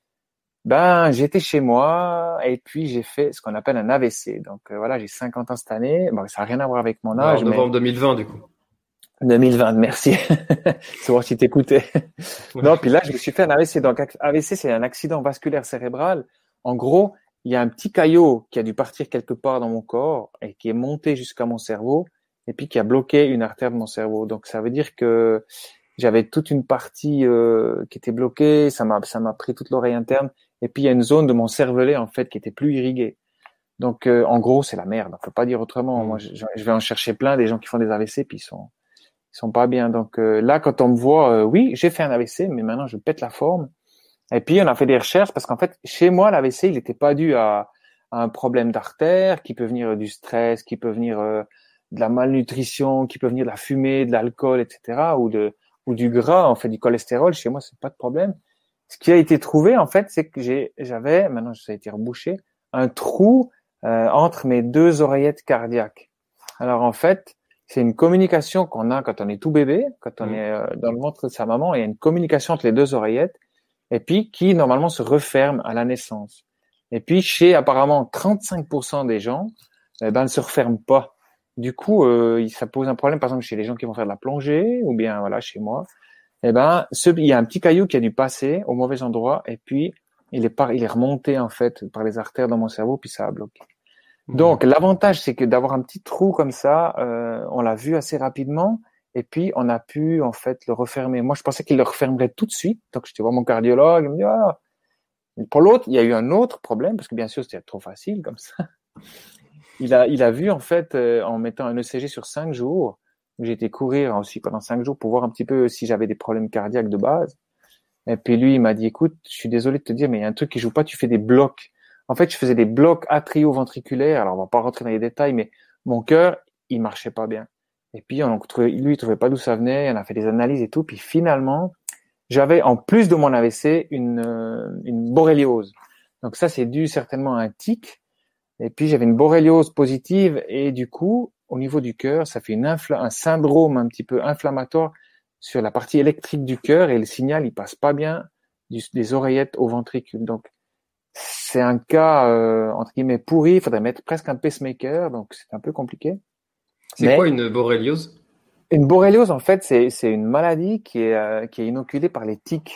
j'étais chez moi et puis j'ai fait ce qu'on appelle un AVC. Donc voilà, j'ai 50 ans cette année. Bon, ça n'a rien à voir avec mon âge. En novembre 2020, du coup. 2020, merci. C'est voir si t'écoutais. Non, puis là, je me suis fait un AVC. Donc AVC, c'est un accident vasculaire cérébral. En gros, il y a un petit caillot qui a dû partir quelque part dans mon corps et qui est monté jusqu'à mon cerveau et puis qui a bloqué une artère de mon cerveau. Donc, ça veut dire que j'avais toute une partie qui était bloquée. Ça m'a pris toute l'oreille interne. Et puis, il y a une zone de mon cervelet, en fait, qui était plus irriguée. Donc, en gros, c'est la merde. On peut pas dire autrement. Moi, je vais en chercher plein des gens qui font des AVC puis ils sont pas bien. Donc, là, quand on me voit, oui, j'ai fait un AVC, mais maintenant, je pète la forme. Et puis, on a fait des recherches parce qu'en fait, chez moi, l'AVC, il n'était pas dû à un problème d'artère qui peut venir du stress, qui peut venir de la malnutrition, qui peut venir de la fumée, de l'alcool, etc., ou du gras, en fait, du cholestérol. Chez moi, c'est pas de problème. Ce qui a été trouvé, en fait, c'est que j'avais, maintenant ça a été rebouché, un trou entre mes 2 oreillettes cardiaques. Alors, en fait, c'est une communication qu'on a quand on est tout bébé, quand on est dans le ventre de sa maman. Il y a une communication entre les 2 oreillettes. Et puis qui normalement se referme à la naissance. Et puis chez apparemment 35% des gens, ne se referme pas. Du coup, ça pose un problème, par exemple chez les gens qui vont faire de la plongée, ou bien voilà chez moi. Il y a un petit caillou qui a dû passer au mauvais endroit, et puis il est remonté en fait par les artères dans mon cerveau, puis ça a bloqué. Donc l'avantage, c'est que d'avoir un petit trou comme ça, on l'a vu assez rapidement. Et puis, on a pu, en fait, le refermer. Moi, je pensais qu'il le refermerait tout de suite. Donc, j'étais voir mon cardiologue. Il me dit, ah. Pour l'autre, il y a eu un autre problème, parce que bien sûr, c'était trop facile comme ça. Il a vu, en fait, en mettant un ECG sur 5 jours, J'ai été courir aussi pendant 5 jours pour voir un petit peu si j'avais des problèmes cardiaques de base. Et puis lui, il m'a dit, écoute, je suis désolé de te dire, mais il y a un truc qui joue pas, tu fais des blocs. En fait, je faisais des blocs atrioventriculaires. Alors, on va pas rentrer dans les détails, mais mon cœur, il marchait pas bien. Et puis, lui, il trouvait pas d'où ça venait. On a fait des analyses et tout. Puis finalement, j'avais, en plus de mon AVC, une borréliose. Donc ça, c'est dû certainement à un tic. Et puis, j'avais une borréliose positive. Et du coup, au niveau du cœur, ça fait un syndrome un petit peu inflammatoire sur la partie électrique du cœur. Et le signal, il passe pas bien des oreillettes au ventricule. Donc, c'est un cas, entre guillemets, pourri. Il faudrait mettre presque un pacemaker. Donc, c'est un peu compliqué. C'est quoi une borréliose? Une borréliose, en fait, c'est une maladie qui est inoculée par les tiques.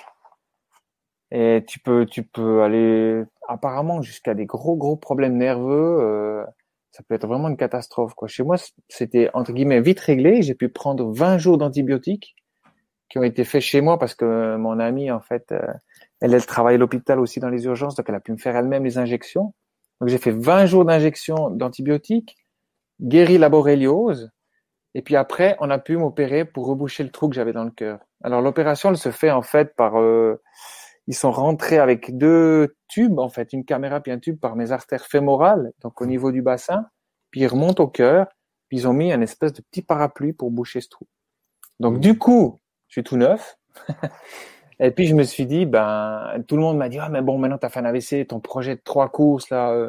Et tu peux aller apparemment jusqu'à des gros problèmes nerveux. Ça peut être vraiment une catastrophe, quoi. Chez moi, c'était entre guillemets vite réglé. J'ai pu prendre 20 jours d'antibiotiques qui ont été faits chez moi parce que mon amie, en fait, elle travaille à l'hôpital aussi dans les urgences, donc elle a pu me faire elle-même les injections. Donc j'ai fait 20 jours d'injections d'antibiotiques, guéri la borréliose. Et puis après, on a pu m'opérer pour reboucher le trou que j'avais dans le cœur. Alors l'opération, elle se fait en fait par... ils sont rentrés avec 2 tubes, en fait, une caméra puis un tube par mes artères fémorales, donc au niveau du bassin, puis ils remontent au cœur, puis ils ont mis un espèce de petit parapluie pour boucher ce trou. Donc du coup, je suis tout neuf. Et puis je me suis dit, tout le monde m'a dit, ah mais bon, maintenant t'as fait un AVC, ton projet de 3 courses là...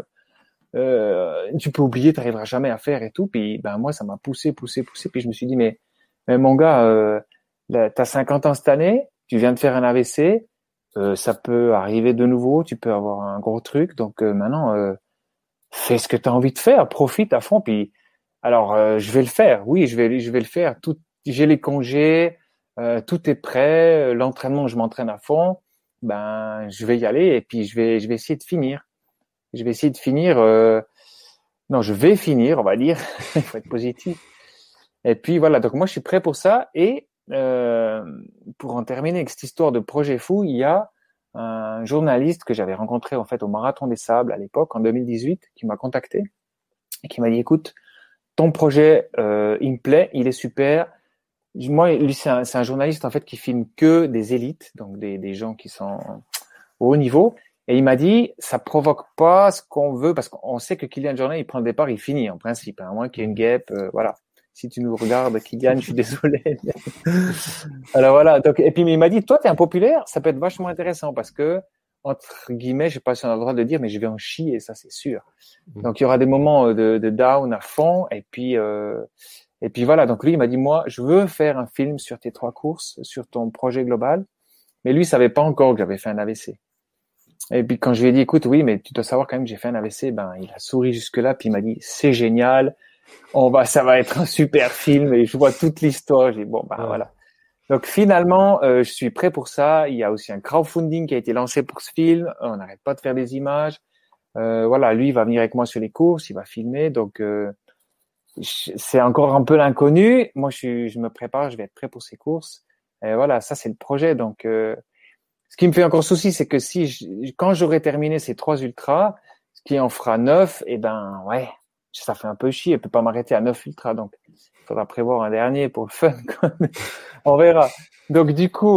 tu peux oublier, t'arriveras jamais à faire et tout. Puis moi, ça m'a poussé. Puis je me suis dit, mais mon gars, t'as 50 ans cette année, tu viens de faire un AVC, ça peut arriver de nouveau, tu peux avoir un gros truc. Donc maintenant, fais ce que t'as envie de faire, profite à fond. Puis alors, je vais le faire. Oui, je vais le faire. J'ai les congés, tout est prêt. L'entraînement, je m'entraîne à fond. Je vais y aller et puis je vais essayer de finir. Je vais essayer de finir. Non, je vais finir, on va dire. Il faut être positif. Et puis voilà. Donc moi, je suis prêt pour ça. Et pour en terminer avec cette histoire de projet fou, il y a un journaliste que j'avais rencontré en fait au Marathon des Sables à l'époque en 2018, qui m'a contacté et qui m'a dit, écoute, ton projet, il me plaît, il est super. Moi, lui, c'est un journaliste en fait qui filme que des élites, donc des gens qui sont au haut niveau. Et il m'a dit, ça provoque pas ce qu'on veut, parce qu'on sait que Kylian Jornet, il prend le départ, il finit, en principe, à moins qu'il y ait une guêpe, voilà. Si tu nous regardes, Kylian, je suis désolé. Alors voilà. Donc, et puis, il m'a dit, toi, t'es impopulaire, ça peut être vachement intéressant parce que, entre guillemets, je sais pas si on a le droit de le dire, mais je vais en chier, ça, c'est sûr. Donc, il y aura des moments de down à fond, et puis voilà. Donc, lui, il m'a dit, moi, je veux faire un film sur tes 3 courses, sur ton projet global. Mais lui, il savait pas encore que j'avais fait un AVC. Et puis quand je lui ai dit, écoute, oui, mais tu dois savoir quand même que j'ai fait un AVC, il a souri jusque-là, puis il m'a dit, c'est génial, ça va être un super film, et je vois toute l'histoire. J'ai dit, bon, voilà. Donc finalement, je suis prêt pour ça. Il y a aussi un crowdfunding qui a été lancé pour ce film. On n'arrête pas de faire des images. Voilà, lui, il va venir avec moi sur les courses, il va filmer. Donc c'est encore un peu l'inconnu. Moi, je me prépare, je vais être prêt pour ces courses. Et voilà, ça c'est le projet. Donc ce qui me fait encore souci, c'est que quand j'aurai terminé ces 3 ultras, ce qui en fera 9, ouais, ça fait un peu chier. Je peux pas m'arrêter à 9 ultras, donc il faudra prévoir un dernier pour le fun. On verra. Donc du coup,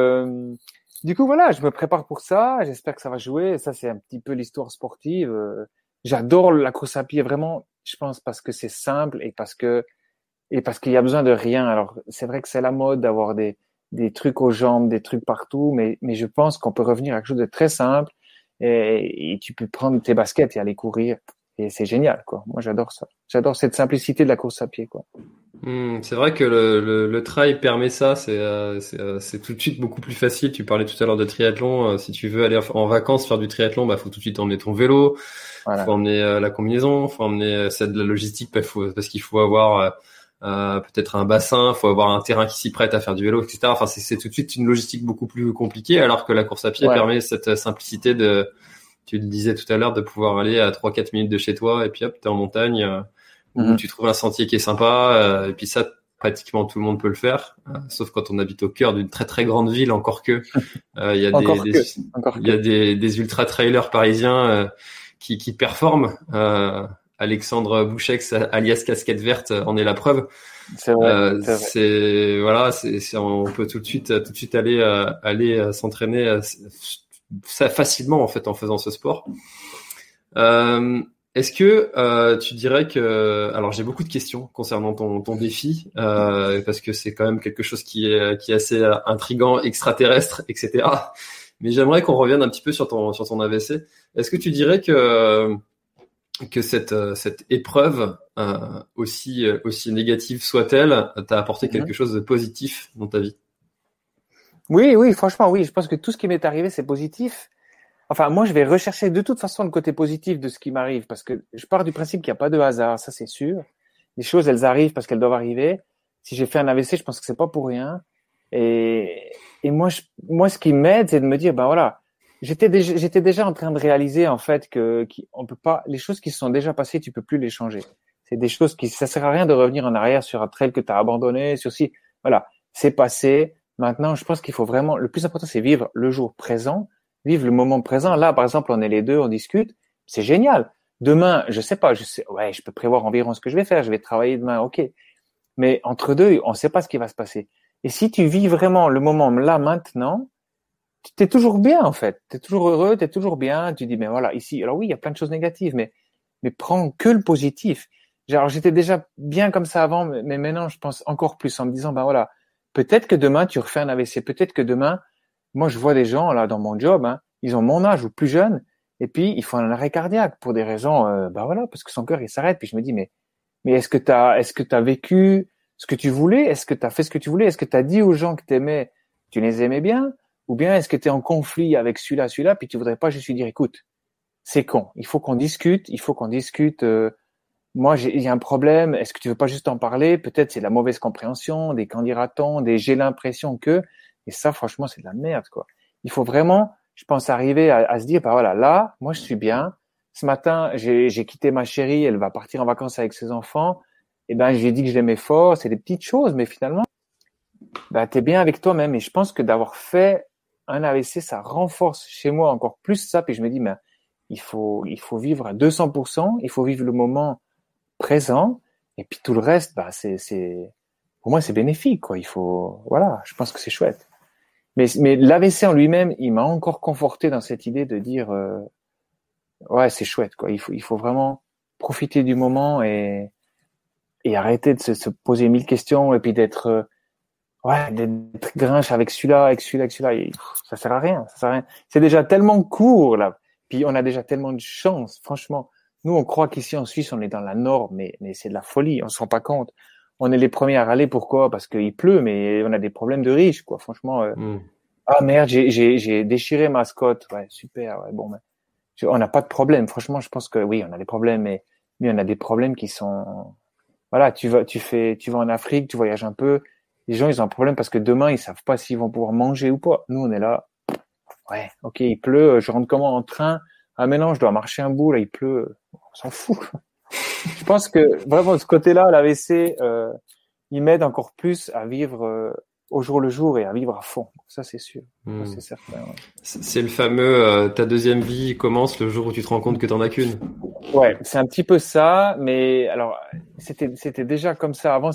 voilà, je me prépare pour ça. J'espère que ça va jouer. Ça, c'est un petit peu l'histoire sportive. J'adore la course à pied, vraiment. Je pense parce que c'est simple et parce qu'il y a besoin de rien. Alors c'est vrai que c'est la mode d'avoir des trucs aux jambes, des trucs partout, mais je pense qu'on peut revenir à quelque chose de très simple et tu peux prendre tes baskets et aller courir et c'est génial, quoi. Moi, j'adore ça. J'adore cette simplicité de la course à pied, quoi. C'est vrai que le trail permet ça, c'est tout de suite beaucoup plus facile. Tu parlais tout à l'heure de triathlon, si tu veux aller en vacances faire du triathlon, faut tout de suite emmener ton vélo, voilà. Faut emmener la combinaison, faut emmener c'est de la logistique, parce qu'il faut avoir peut-être un bassin, faut avoir un terrain qui s'y prête à faire du vélo, etc. Enfin, c'est tout de suite une logistique beaucoup plus compliquée, alors que la course à pied permet cette simplicité tu le disais tout à l'heure, de pouvoir aller à 3-4 minutes de chez toi et puis hop, t'es en montagne, où tu trouves un sentier qui est sympa, et puis ça, pratiquement tout le monde peut le faire, sauf quand on habite au cœur d'une très très grande ville, encore que il y a des ultra trailers parisiens qui performent Alexandre Bouchex, alias Casquette Verte, en est la preuve. C'est vrai. On peut tout de suite aller s'entraîner facilement en fait en faisant ce sport. Est-ce que tu dirais que, alors j'ai beaucoup de questions concernant ton défi parce que c'est quand même quelque chose qui est assez intriguant, extraterrestre, etc. Mais j'aimerais qu'on revienne un petit peu sur ton AVC. Est-ce que tu dirais que cette épreuve aussi négative soit-elle t'a apporté quelque chose de positif dans ta vie? Oui, franchement, oui. Je pense que tout ce qui m'est arrivé, c'est positif. Enfin, moi, je vais rechercher de toute façon le côté positif de ce qui m'arrive parce que je pars du principe qu'il n'y a pas de hasard, ça c'est sûr. Les choses, elles arrivent parce qu'elles doivent arriver. Si j'ai fait un AVC, je pense que c'est pas pour rien. Et moi, ce qui m'aide, c'est de me dire, ben voilà, j'étais déjà en train de réaliser en fait on peut pas, les choses qui se sont déjà passées, tu peux plus les changer. C'est des choses ça sert à rien de revenir en arrière sur un trail que tu as abandonné, voilà, c'est passé. Maintenant, je pense qu'il faut vraiment, le plus important, c'est vivre le jour présent. Vivre le moment présent. Là, par exemple, on est les deux, on discute. C'est génial. Demain, je sais pas, je peux prévoir environ ce que je vais faire. Je vais travailler demain, ok. Mais entre deux, on sait pas ce qui va se passer. Et si tu vis vraiment le moment là, maintenant, t'es toujours bien, en fait. T'es toujours heureux, t'es toujours bien. Tu dis, mais voilà, ici, alors oui, il y a plein de choses négatives, mais prends que le positif. Genre, j'étais déjà bien comme ça avant, mais maintenant, je pense encore plus en me disant, ben voilà, peut-être que demain, tu refais un AVC. Peut-être que demain, moi, je vois des gens là dans mon job, ils ont mon âge ou plus jeune, et puis ils font un arrêt cardiaque pour des raisons, voilà, parce que son cœur il s'arrête. Puis je me dis, mais est-ce que t'as vécu ce que tu voulais? Est-ce que t'as fait ce que tu voulais? Est-ce que t'as dit aux gens que t'aimais, tu les aimais bien? Ou bien est-ce que t'es en conflit avec celui-là, puis tu voudrais pas juste lui dire, écoute, c'est con, il faut qu'on discute. Moi, il y a un problème. Est-ce que tu veux pas juste en parler? Peut-être c'est de la mauvaise compréhension, des candidatons, j'ai l'impression que. Et ça, franchement, c'est de la merde, quoi. Il faut vraiment, je pense, arriver à se dire, bah voilà, là, moi, je suis bien. Ce matin, j'ai quitté ma chérie, elle va partir en vacances avec ses enfants. Et ben, j'ai dit que je l'aimais fort. C'est des petites choses, mais finalement, bah, t'es bien avec toi-même. Et je pense que d'avoir fait un AVC, ça renforce chez moi encore plus ça. Puis je me dis, mais il faut vivre à 200%. Il faut vivre le moment présent. Et puis tout le reste, bah, pour moi, c'est bénéfique, quoi. Voilà, je pense que c'est chouette. Mais l'AVC en lui-même, il m'a encore conforté dans cette idée de dire, ouais, c'est chouette, quoi. Il faut vraiment profiter du moment et arrêter de se poser 1000 questions et puis d'être grinche avec celui-là. Ça sert à rien. C'est déjà tellement court, là. Puis on a déjà tellement de chance, franchement. Nous, on croit qu'ici en Suisse, on est dans la norme, mais c'est de la folie. On se rend pas compte. On est les premiers à râler. Pourquoi? Parce qu'il pleut, mais on a des problèmes de riches, quoi. Franchement, ah merde, j'ai déchiré ma Scott. Ouais, super. Ouais, bon, on n'a pas de problème. Franchement, je pense que oui, on a des problèmes, mais on a des problèmes qui sont. Voilà, tu vas en Afrique, tu voyages un peu. Les gens, ils ont un problème parce que demain, ils savent pas s'ils vont pouvoir manger ou pas. Nous, on est là. Ouais, ok, il pleut. Je rentre comment en train? Ah, mais non, je dois marcher un bout. Là, il pleut. On s'en fout. Je pense que vraiment de ce côté-là, l'AVC, il m'aide encore plus à vivre au jour le jour et à vivre à fond. Ça, c'est sûr. Ça, c'est certain. Ouais. C'est le fameux ta deuxième vie commence le jour où tu te rends compte que t'en as qu'une. Ouais, c'est un petit peu ça. Mais alors, c'était déjà comme ça avant.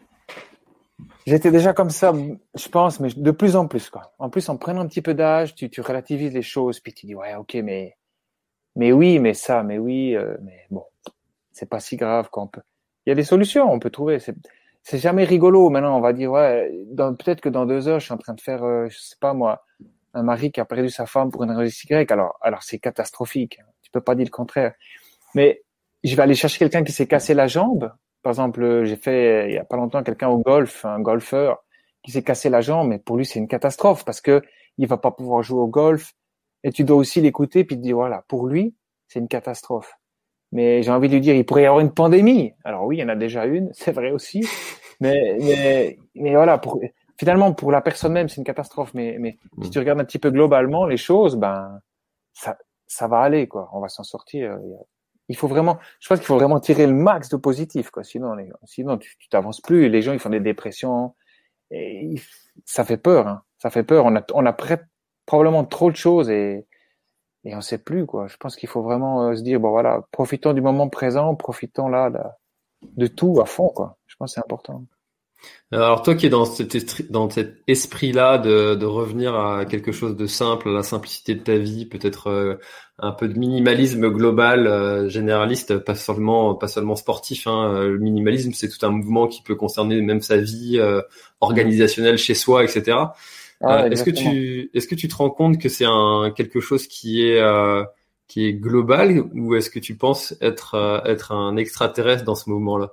J'étais déjà comme ça, je pense, mais de plus en plus, quoi. En plus, en prenant un petit peu d'âge, tu relativises les choses, puis tu dis ouais, ok, mais oui, mais bon. C'est pas si grave il y a des solutions, on peut trouver. C'est jamais rigolo. Maintenant, on va dire, ouais, peut-être que dans 2 heures, je suis en train de faire, je sais pas moi, un mari qui a perdu sa femme pour une raison Y. Alors c'est catastrophique. Tu peux pas dire le contraire. Mais je vais aller chercher quelqu'un qui s'est cassé la jambe. Par exemple, j'ai fait, il y a pas longtemps, quelqu'un au golf, un golfeur, qui s'est cassé la jambe, mais pour lui, c'est une catastrophe parce que il va pas pouvoir jouer au golf. Et tu dois aussi l'écouter puis te dire, voilà, pour lui, c'est une catastrophe. Mais j'ai envie de lui dire, il pourrait y avoir une pandémie. Alors oui, il y en a déjà une, c'est vrai aussi. Mais voilà, finalement, pour la personne même, c'est une catastrophe. Mais si tu regardes un petit peu globalement les choses, ben, ça va aller, quoi. On va s'en sortir. Je pense qu'il faut vraiment tirer le max de positif, quoi. Sinon, tu t'avances plus. Les gens, ils font des dépressions. Et ça fait peur, hein. Ça fait peur. On a probablement trop de choses et et on sait plus, quoi. Je pense qu'il faut vraiment se dire, bon voilà, profitons du moment présent, profitons là de tout à fond, quoi. Je pense que c'est important. Alors toi qui es dans dans cet esprit-là de revenir à quelque chose de simple, à la simplicité de ta vie, peut-être un peu de minimalisme global, généraliste, pas seulement sportif. Hein. Le minimalisme, c'est tout un mouvement qui peut concerner même sa vie organisationnelle chez soi, etc. Est-ce que tu te rends compte que c'est quelque chose qui est global, ou est-ce que tu penses être un extraterrestre dans ce mouvement-là?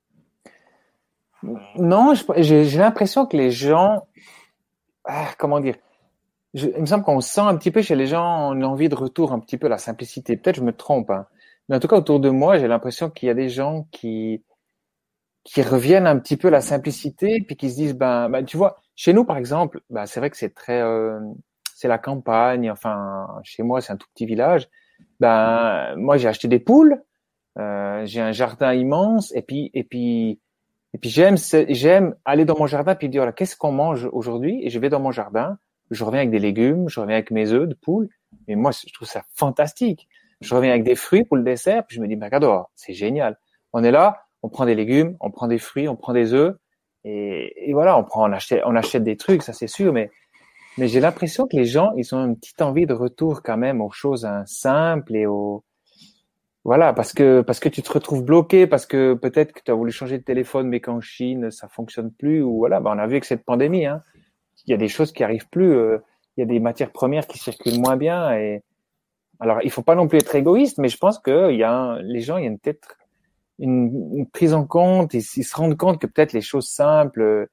Non, j'ai l'impression que les gens, comment dire, il me semble qu'on sent un petit peu chez les gens une envie de retour un petit peu à la simplicité. Peut-être je me trompe, hein. Mais en tout cas autour de moi, j'ai l'impression qu'il y a des gens qui reviennent un petit peu à la simplicité, puis qui se disent, ben tu vois, chez nous par exemple, c'est vrai que c'est très, c'est la campagne. Enfin, chez moi c'est un tout petit village. Moi j'ai acheté des poules, j'ai un jardin immense, et puis j'aime aller dans mon jardin puis dire, voilà, qu'est-ce qu'on mange aujourd'hui? Et je vais dans mon jardin, je reviens avec des légumes, je reviens avec mes œufs de poule. Mais moi, je trouve ça fantastique. Je reviens avec des fruits pour le dessert, puis je me dis, regarde, c'est génial. On est là, on prend des légumes, on prend des fruits, on prend des œufs, et voilà, on achète des trucs, ça c'est sûr, mais j'ai l'impression que les gens, ils ont une petite envie de retour quand même aux choses simples et voilà, parce que tu te retrouves bloqué, parce que peut-être que tu as voulu changer de téléphone, mais qu'en Chine, ça fonctionne plus, ou voilà, on a vu avec cette pandémie, hein, il y a des choses qui arrivent plus, il y a des matières premières qui circulent moins bien, et alors il faut pas non plus être égoïste, mais je pense que les gens, il y a peut-être une prise en compte, ils se rendent compte que peut-être les choses simples,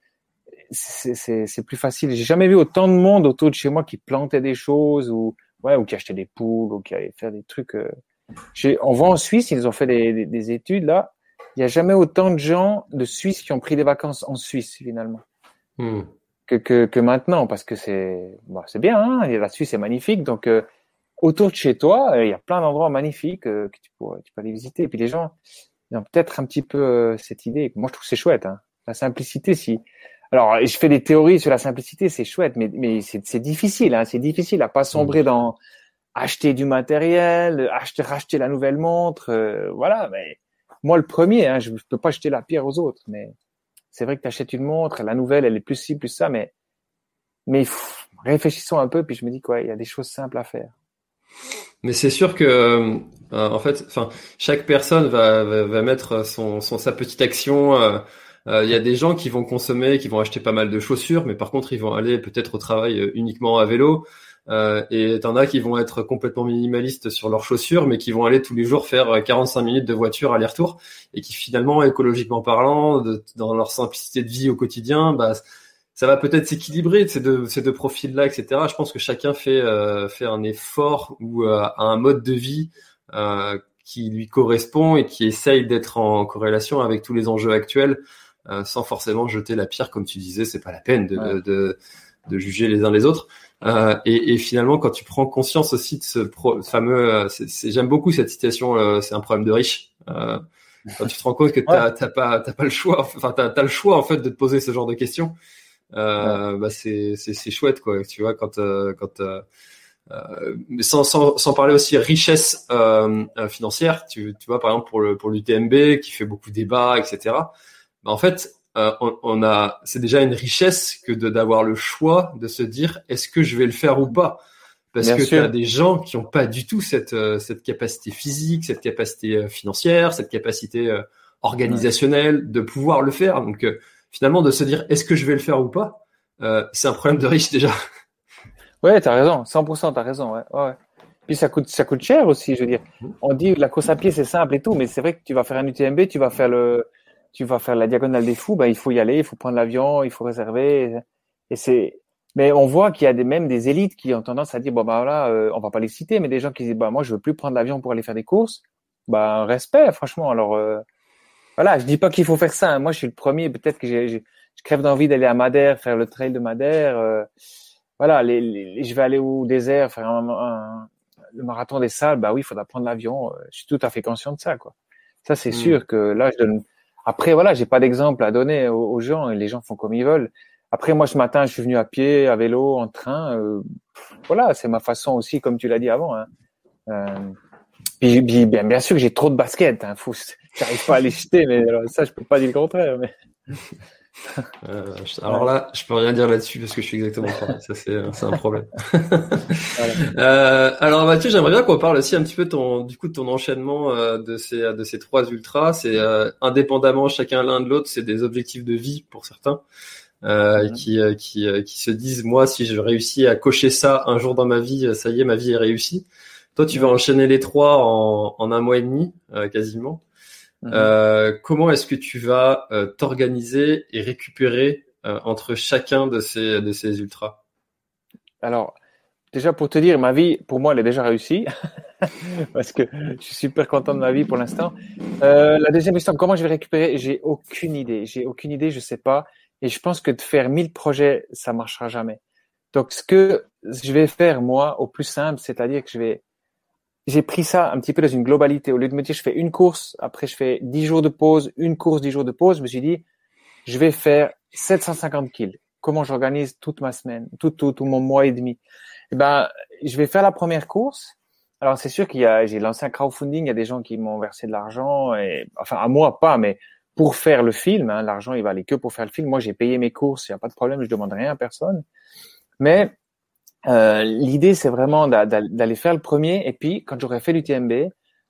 c'est plus facile. J'ai jamais vu autant de monde autour de chez moi qui plantait des choses, ou qui achetait des poules, ou qui allait faire des trucs. On voit en Suisse, ils ont fait des études là. Il n'y a jamais autant de gens de Suisse qui ont pris des vacances en Suisse finalement que maintenant, parce que c'est bien. Hein, et la Suisse est magnifique, donc autour de chez toi, il y a plein d'endroits magnifiques que tu peux aller visiter. Et puis les gens, ils ont peut-être un petit peu cette idée. Moi, je trouve que c'est chouette. Hein, la simplicité, si. Alors, je fais des théories sur la simplicité, c'est chouette, mais c'est difficile. Hein, c'est difficile à pas sombrer dans acheter du matériel, racheter la nouvelle montre, voilà. Mais moi, le premier, hein, je peux pas jeter la pierre aux autres, mais c'est vrai que tu achètes une montre, la nouvelle, elle est plus ci, plus ça, mais réfléchissons un peu, puis je me dis quoi, il y a des choses simples à faire. Mais c'est sûr que, en fait, chaque personne va mettre sa petite action. Il y a des gens qui vont consommer, qui vont acheter pas mal de chaussures, mais par contre, ils vont aller peut-être au travail uniquement à vélo. Et t'en as qui vont être complètement minimalistes sur leurs chaussures, mais qui vont aller tous les jours faire 45 minutes de voiture aller-retour, et qui finalement, écologiquement parlant, dans leur simplicité de vie au quotidien, ça va peut-être s'équilibrer de ces deux profils-là, etc. Je pense que chacun fait un effort ou a un mode de vie qui lui correspond et qui essaye d'être en corrélation avec tous les enjeux actuels, sans forcément jeter la pierre, comme tu disais. C'est pas la peine de juger les uns les autres. Et finalement, quand tu prends conscience aussi de ce fameux, j'aime beaucoup cette citation, c'est un problème de riche. Quand tu te rends compte que t'as pas le choix, enfin t'as le choix en fait de te poser ce genre de questions. C'est chouette, quoi. Tu vois, sans parler aussi richesse financière. Tu vois, par exemple pour l'UTMB qui fait beaucoup de débats, etc. En fait, c'est déjà une richesse que d'avoir le choix de se dire est-ce que je vais le faire ou pas, parce que tu as des gens qui ont pas du tout cette capacité physique, cette capacité financière, cette capacité organisationnelle de pouvoir le faire. Donc finalement, de se dire est-ce que je vais le faire ou pas, c'est un problème de riche déjà. Ouais, t'as raison, 100%, t'as raison, ouais. Puis ça coûte cher aussi, je veux dire. On dit la course à pied c'est simple et tout, mais c'est vrai que tu vas faire un UTMB, tu vas faire la diagonale des fous, il faut y aller, il faut prendre l'avion, il faut réserver, mais on voit qu'il y a même des élites qui ont tendance à dire on va pas les citer, mais des gens qui disent moi je veux plus prendre l'avion pour aller faire des courses. Respect, franchement. Alors voilà, je dis pas qu'il faut faire ça, hein. Moi je suis le premier, peut-être que je crève d'envie d'aller à Madère, faire le trail de Madère, voilà, je vais aller au désert faire le marathon des Salles, oui, il faudra prendre l'avion, je suis tout à fait conscient de ça, quoi. Ça c'est sûr que là je donne. Après, voilà, j'ai pas d'exemple à donner aux gens et les gens font comme ils veulent. Après, moi, ce matin, je suis venu à pied, à vélo, en train. Voilà, c'est ma façon aussi, comme tu l'as dit avant. Hein. Puis bien sûr que j'ai trop de baskets. Hein. J'arrive pas à les jeter, mais alors, ça, je peux pas dire le contraire. Mais... alors là, je peux rien dire là-dessus parce que je suis exactement pareil. Ça, c'est un problème. Voilà. Alors Mathieu, j'aimerais bien qu'on parle aussi un petit peu de ton enchaînement de ces 3 ultras. C'est indépendamment chacun l'un de l'autre, c'est des objectifs de vie pour certains qui se disent moi si je réussis à cocher ça un jour dans ma vie, ça y est, ma vie est réussie. Toi, tu vas enchaîner les 3 en 1 mois et demi quasiment. Comment est-ce que tu vas t'organiser et récupérer entre chacun de ces ultras? Alors, déjà pour te dire, ma vie, pour moi, elle est déjà réussie parce que je suis super content de ma vie pour l'instant. La deuxième question, comment je vais récupérer? J'ai aucune idée, je sais pas. Et je pense que de faire 1000 projets, ça marchera jamais. Donc, ce que je vais faire, moi, au plus simple, c'est-à-dire que j'ai pris ça un petit peu dans une globalité. Au lieu de me dire, je fais une course, après je fais 10 jours de pause, une course, 10 jours de pause, je me suis dit, je vais faire 750 kills. Comment j'organise toute ma semaine, tout mon mois et demi? Eh ben, je vais faire la première course. Alors, c'est sûr j'ai lancé un crowdfunding, il y a des gens qui m'ont versé de l'argent enfin, à moi, pas, mais pour faire le film, hein, l'argent, il va aller que pour faire le film. Moi, j'ai payé mes courses, il n'y a pas de problème, je demande rien à personne. Mais, l'idée, c'est vraiment d'aller faire le premier. Et puis, quand j'aurai fait l'UTMB,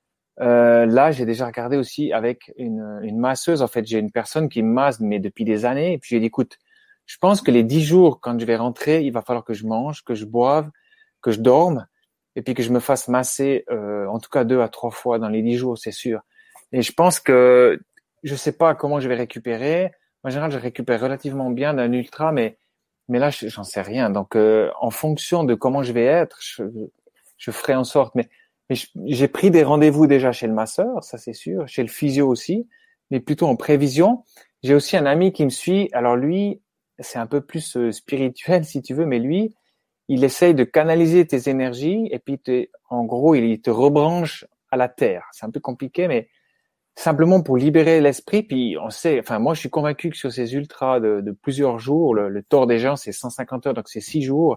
là, j'ai déjà regardé aussi avec une masseuse. En fait, j'ai une personne qui me masse, mais depuis des années. Et puis, j'ai dit, écoute, je pense que les 10 jours, quand je vais rentrer, il va falloir que je mange, que je boive, que je dorme, et puis que je me fasse masser, en tout cas 2 à 3 fois dans les 10 jours, c'est sûr. Et je pense que je sais pas comment je vais récupérer. En général, je récupère relativement bien d'un ultra, mais là, j'en sais rien. Donc, en fonction de comment je vais être, je ferai en sorte. Mais j'ai pris des rendez-vous déjà chez le masseur, ça c'est sûr, chez le physio aussi, mais plutôt en prévision. J'ai aussi un ami qui me suit. Alors lui, c'est un peu plus spirituel si tu veux, mais lui, il essaye de canaliser tes énergies et puis en gros, il te rebranche à la terre. C'est un peu compliqué, mais simplement pour libérer l'esprit. Puis on sait, enfin moi je suis convaincu que sur ces ultras de plusieurs jours, le Tour des Géants c'est 150 heures, donc c'est 6 jours.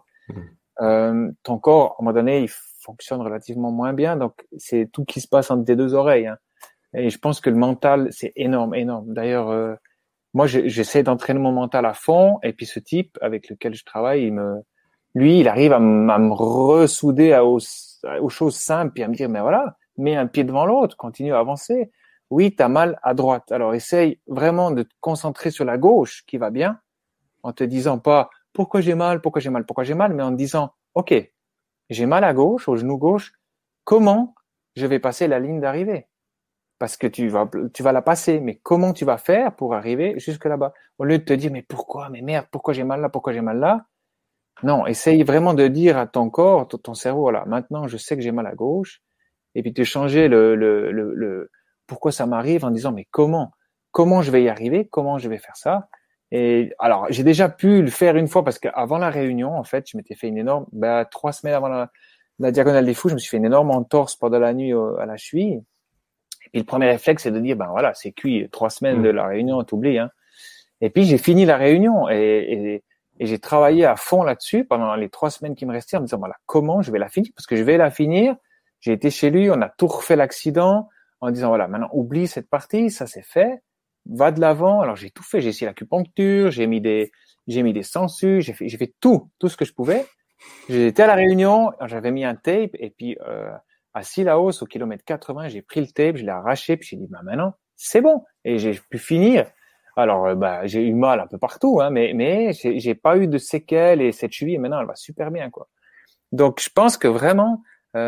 Ton corps, à un moment donné, il fonctionne relativement moins bien, donc c'est tout qui se passe entre tes 2 oreilles. Hein. Et je pense que le mental c'est énorme. D'ailleurs, moi j'essaie d'entraîner mon mental à fond. Et puis ce type avec lequel je travaille, il arrive à me ressouder aux choses simples, puis à me dire mais voilà, mets un pied devant l'autre, continue à avancer. Oui, t'as mal à droite. Alors, essaye vraiment de te concentrer sur la gauche qui va bien, en te disant pas pourquoi j'ai mal, mais en te disant, OK, j'ai mal à gauche, au genou gauche, comment je vais passer la ligne d'arrivée? Parce que tu vas la passer, mais comment tu vas faire pour arriver jusque là-bas? Au lieu de te dire, mais pourquoi, mais merde, pourquoi j'ai mal là? Non, essaye vraiment de dire à ton corps, ton cerveau, voilà, maintenant je sais que j'ai mal à gauche, et puis de changer le pourquoi ça m'arrive en disant mais comment je vais y arriver, comment je vais faire ça. Et alors j'ai déjà pu le faire une fois parce qu'avant la réunion en fait je m'étais fait une énorme 3 semaines avant la diagonale des fous, je me suis fait une énorme entorse pendant la nuit à la cheville. Et puis le premier réflexe c'est de dire ben voilà c'est cuit, 3 semaines de la réunion, t'oublies hein. Et puis j'ai fini la réunion et j'ai travaillé à fond là-dessus pendant les 3 semaines qui me restaient en me disant voilà comment je vais la finir, parce que je vais la finir. J'ai été chez lui, on a tout refait l'accident en disant voilà, maintenant oublie cette partie, ça c'est fait, va de l'avant. Alors j'ai tout fait, j'ai essayé l'acupuncture, j'ai mis des sangsues, j'ai fait tout ce que je pouvais. J'étais à la réunion, j'avais mis un tape et puis à Sillaos au kilomètre 80, j'ai pris le tape, je l'ai arraché puis j'ai dit bah maintenant, c'est bon et j'ai pu finir. Alors j'ai eu mal un peu partout hein, mais j'ai pas eu de séquelles et cette cheville maintenant elle va super bien quoi. Donc je pense que vraiment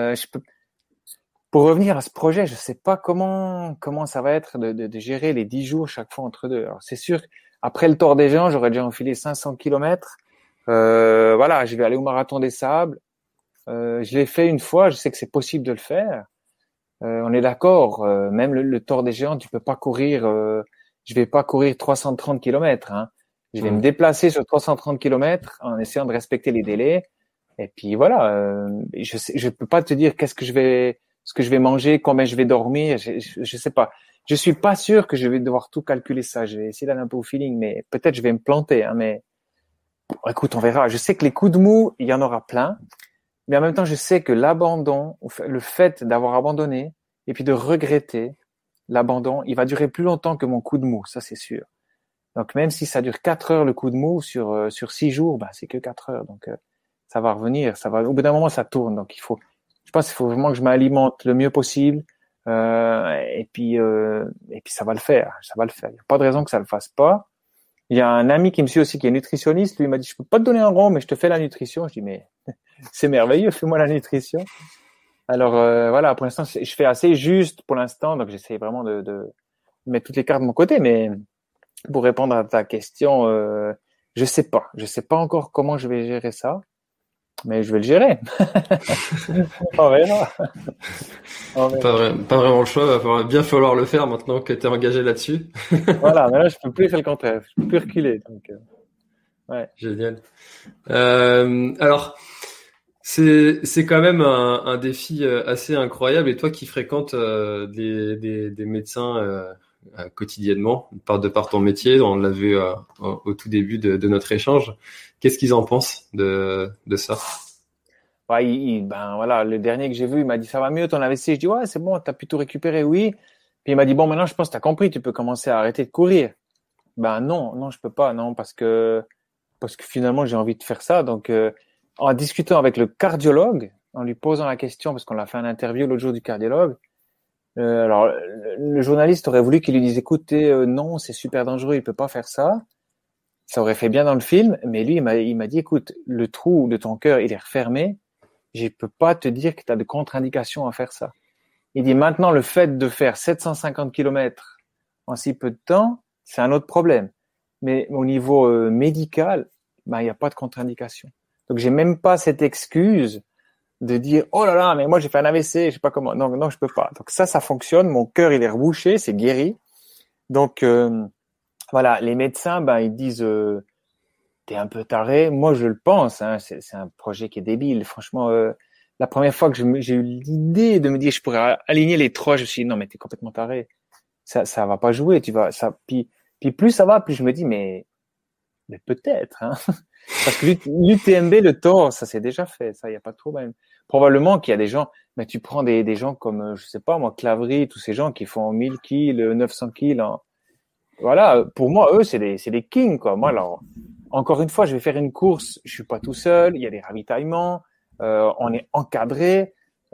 pour revenir à ce projet, je sais pas comment ça va être de gérer les 10 jours chaque fois entre deux. Alors c'est sûr, après le Tour des Géants, j'aurais déjà enfilé 500 kilomètres. Voilà, je vais aller au Marathon des Sables. Je l'ai fait une fois, je sais que c'est possible de le faire. On est d'accord, même le Tour des Géants, tu peux pas courir, je vais pas courir 330 kilomètres. Hein. Je vais me déplacer sur 330 kilomètres en essayant de respecter les délais. Et puis voilà, je peux pas te dire ce que je vais manger, combien je vais dormir, je sais pas. Je suis pas sûr que je vais devoir tout calculer ça. Je vais essayer d'aller un peu au feeling, mais peut-être je vais me planter. Hein, mais écoute, on verra. Je sais que les coups de mou, il y en aura plein. Mais en même temps, je sais que l'abandon, le fait d'avoir abandonné et puis de regretter l'abandon, il va durer plus longtemps que mon coup de mou. Ça, c'est sûr. Donc, même si ça dure 4 heures le coup de mou sur 6 jours, c'est que 4 heures. Donc, ça va revenir. Au bout d'un moment, ça tourne. Donc, je pense qu'il faut vraiment que je m'alimente le mieux possible. Et puis, ça va le faire. Ça va le faire. Il n'y a pas de raison que ça le fasse pas. Il y a un ami qui me suit aussi, qui est nutritionniste. Lui, il m'a dit, je peux pas te donner un rond, mais je te fais la nutrition. Je dis, mais c'est merveilleux, fais-moi la nutrition. Alors, voilà, pour l'instant, je fais assez juste pour l'instant. Donc, j'essaie vraiment de mettre toutes les cartes de mon côté. Mais pour répondre à ta question, je sais pas. Je sais pas encore comment je vais gérer ça. Mais je vais le gérer. On verra. Pas vraiment le choix, va bien falloir le faire maintenant que tu es engagé là-dessus. Voilà, mais là, je peux plus faire le contraire. Je peux plus reculer. Donc, ouais. Génial. Alors, c'est quand même un défi assez incroyable. Et toi qui fréquentes des médecins quotidiennement, de par ton métier, on l'a vu au tout début de notre échange. Qu'est-ce qu'ils en pensent de ça? Ouais, voilà, le dernier que j'ai vu, il m'a dit ça va mieux ton AVC. Je dis ouais, c'est bon, t'as pu tout récupérer, oui. Puis il m'a dit bon, maintenant je pense que t'as compris, tu peux commencer à arrêter de courir. Non, je peux pas, non, parce que finalement j'ai envie de faire ça. Donc en discutant avec le cardiologue, en lui posant la question, parce qu'on a fait un interview l'autre jour du cardiologue. Alors le journaliste aurait voulu qu'il lui dise écoutez, non, c'est super dangereux, il peut pas faire ça. Ça aurait fait bien dans le film, mais lui il m'a dit écoute, le trou de ton cœur il est refermé. Je peux pas te dire que tu as de contre-indications à faire ça. Il dit maintenant, le fait de faire 750 km en si peu de temps, c'est un autre problème. Mais au niveau médical, il n'y a pas de contre-indication. Donc, j'ai même pas cette excuse de dire, oh là là, mais moi, j'ai fait un AVC, je sais pas comment. Non, je peux pas. Donc, ça fonctionne. Mon cœur, il est rebouché, c'est guéri. Donc, voilà, les médecins, ils disent, t'es un peu taré. Moi, je le pense. Hein, c'est un projet qui est débile. Franchement, la première fois que j'ai eu l'idée de me dire je pourrais aligner les 3, je me suis dit non, mais t'es complètement taré. Ça va pas jouer. Puis plus ça va, plus je me dis mais peut-être. Hein. Parce que l'UTMB, le tort, ça c'est déjà fait. Ça, y a pas de problème. Probablement qu'il y a des gens. Mais tu prends des gens comme je sais pas moi, Claverie, tous ces gens qui font 1000 kills, 900 kills. Voilà. Pour moi, eux, c'est des kings quoi. Moi alors. Encore une fois, je vais faire une course, je suis pas tout seul, il y a des ravitaillements, on est encadré.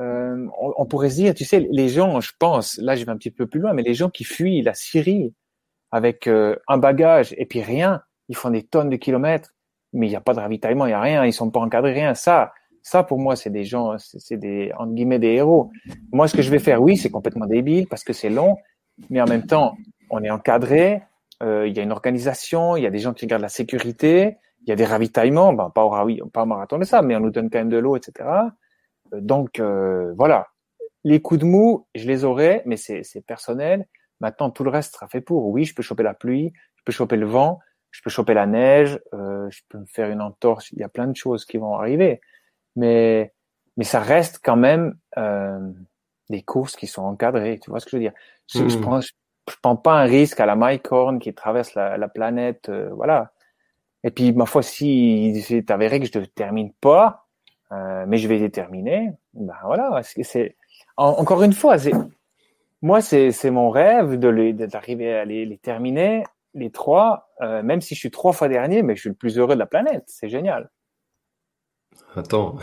On pourrait se dire, tu sais, les gens, je pense, là je vais un petit peu plus loin, mais les gens qui fuient la Syrie avec un bagage et puis rien, ils font des tonnes de kilomètres, mais il n'y a pas de ravitaillement, il n'y a rien, ils sont pas encadrés, rien. Ça pour moi, c'est des gens, c'est des, entre guillemets, des héros. Moi, ce que je vais faire, oui, c'est complètement débile parce que c'est long, mais en même temps, on est encadré. Il y a une organisation, il y a des gens qui regardent la sécurité, il y a des ravitaillements, pas au marathon de ça, mais on nous donne quand même de l'eau, etc. Donc voilà, les coups de mou, je les aurai, mais c'est personnel. Maintenant, tout le reste sera fait pour. Oui, je peux choper la pluie, je peux choper le vent, je peux choper la neige, je peux me faire une entorse. Il y a plein de choses qui vont arriver, mais ça reste quand même des courses qui sont encadrées. Tu vois ce que je veux dire? Je prends pas un risque à la Mike Horn qui traverse la planète, voilà. Et puis, ma foi, si c'est avéré que je ne termine pas, mais je vais les terminer, voilà. Encore une fois, c'est mon rêve d'arriver à les terminer, les 3, même si je suis 3 fois dernier, mais je suis le plus heureux de la planète. C'est génial. Attends,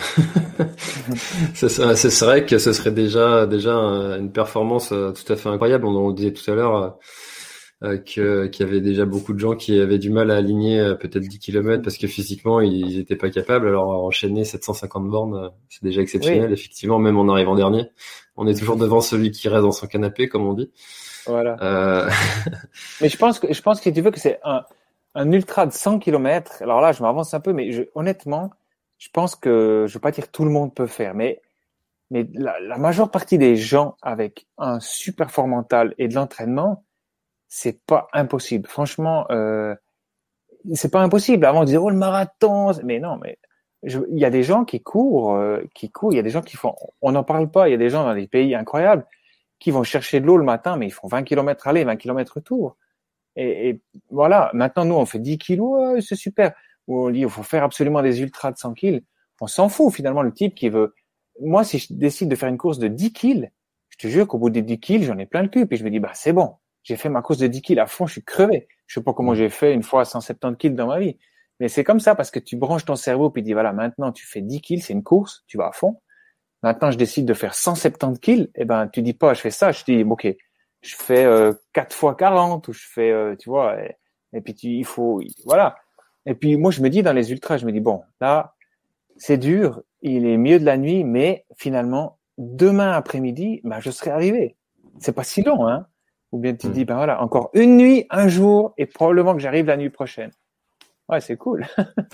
c'est vrai que ce serait déjà une performance tout à fait incroyable. On le disait tout à l'heure qu'il y avait déjà beaucoup de gens qui avaient du mal à aligner peut-être 10 km parce que physiquement ils étaient pas capables. Alors enchaîner 750 bornes, c'est déjà exceptionnel. Oui. Effectivement, même en arrivant dernier, on est toujours devant celui qui reste dans son canapé, comme on dit. Voilà. Mais je pense que si tu veux que c'est un ultra de 100 km. Alors là, je m'avance un peu, mais honnêtement. Je pense que, je veux pas dire tout le monde peut faire, mais la majeure partie des gens avec un super fort mental et de l'entraînement, c'est pas impossible. Franchement, c'est pas impossible. Avant, on disait, oh, le marathon. Mais non, il y a des gens qui courent. Il y a des gens qui font, on n'en parle pas. Il y a des gens dans des pays incroyables qui vont chercher de l'eau le matin, mais ils font 20 km aller, 20 km retour. Et voilà. Maintenant, nous, on fait 10 kilos, c'est super. où on dit il faut faire absolument des ultras de 100 kills. On s'en fout finalement, le type qui veut. Moi, si je décide de faire une course de 10 kills, je te jure qu'au bout des 10 kills, j'en ai plein le cul. Puis je me dis, bah c'est bon, j'ai fait ma course de 10 kills à fond, je suis crevé. Je sais pas comment j'ai fait une fois 170 kills dans ma vie. Mais c'est comme ça parce que tu branches ton cerveau puis tu dis, voilà, maintenant tu fais 10 kills, c'est une course, tu vas à fond. Maintenant, je décide de faire 170 kills, eh ben, tu dis pas, je fais ça, je dis, ok, je fais 4 fois 40 ou je fais, tu vois, et puis il faut, voilà. Et puis moi, je me dis dans les ultras, je me dis, bon, là, c'est dur, il est milieu de la nuit, mais finalement, demain après-midi, ben, je serai arrivé. C'est pas si long, hein. Ou bien tu te dis, ben voilà, encore une nuit, un jour, et probablement que j'arrive la nuit prochaine. Ouais, c'est cool.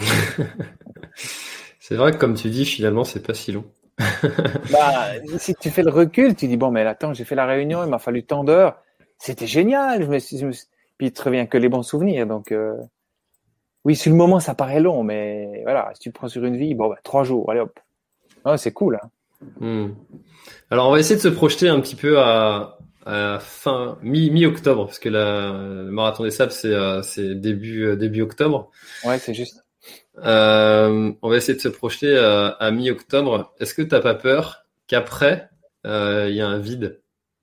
C'est vrai que comme tu dis, finalement, c'est pas si long. Bah, si tu fais le recul, tu dis, bon, mais attends, j'ai fait la réunion, il m'a fallu tant d'heures. C'était génial. Puis il te revient que les bons souvenirs. Donc, oui, sur le moment, ça paraît long, mais voilà, si tu prends sur une vie, bon, 3 jours, allez hop. Ouais, c'est cool, hein. Alors, on va essayer de se projeter un petit peu à fin mi-octobre, parce que le marathon des sables, c'est début octobre. Ouais, c'est juste. On va essayer de se projeter à mi-octobre. Est-ce que t'as pas peur qu'après il y a un vide?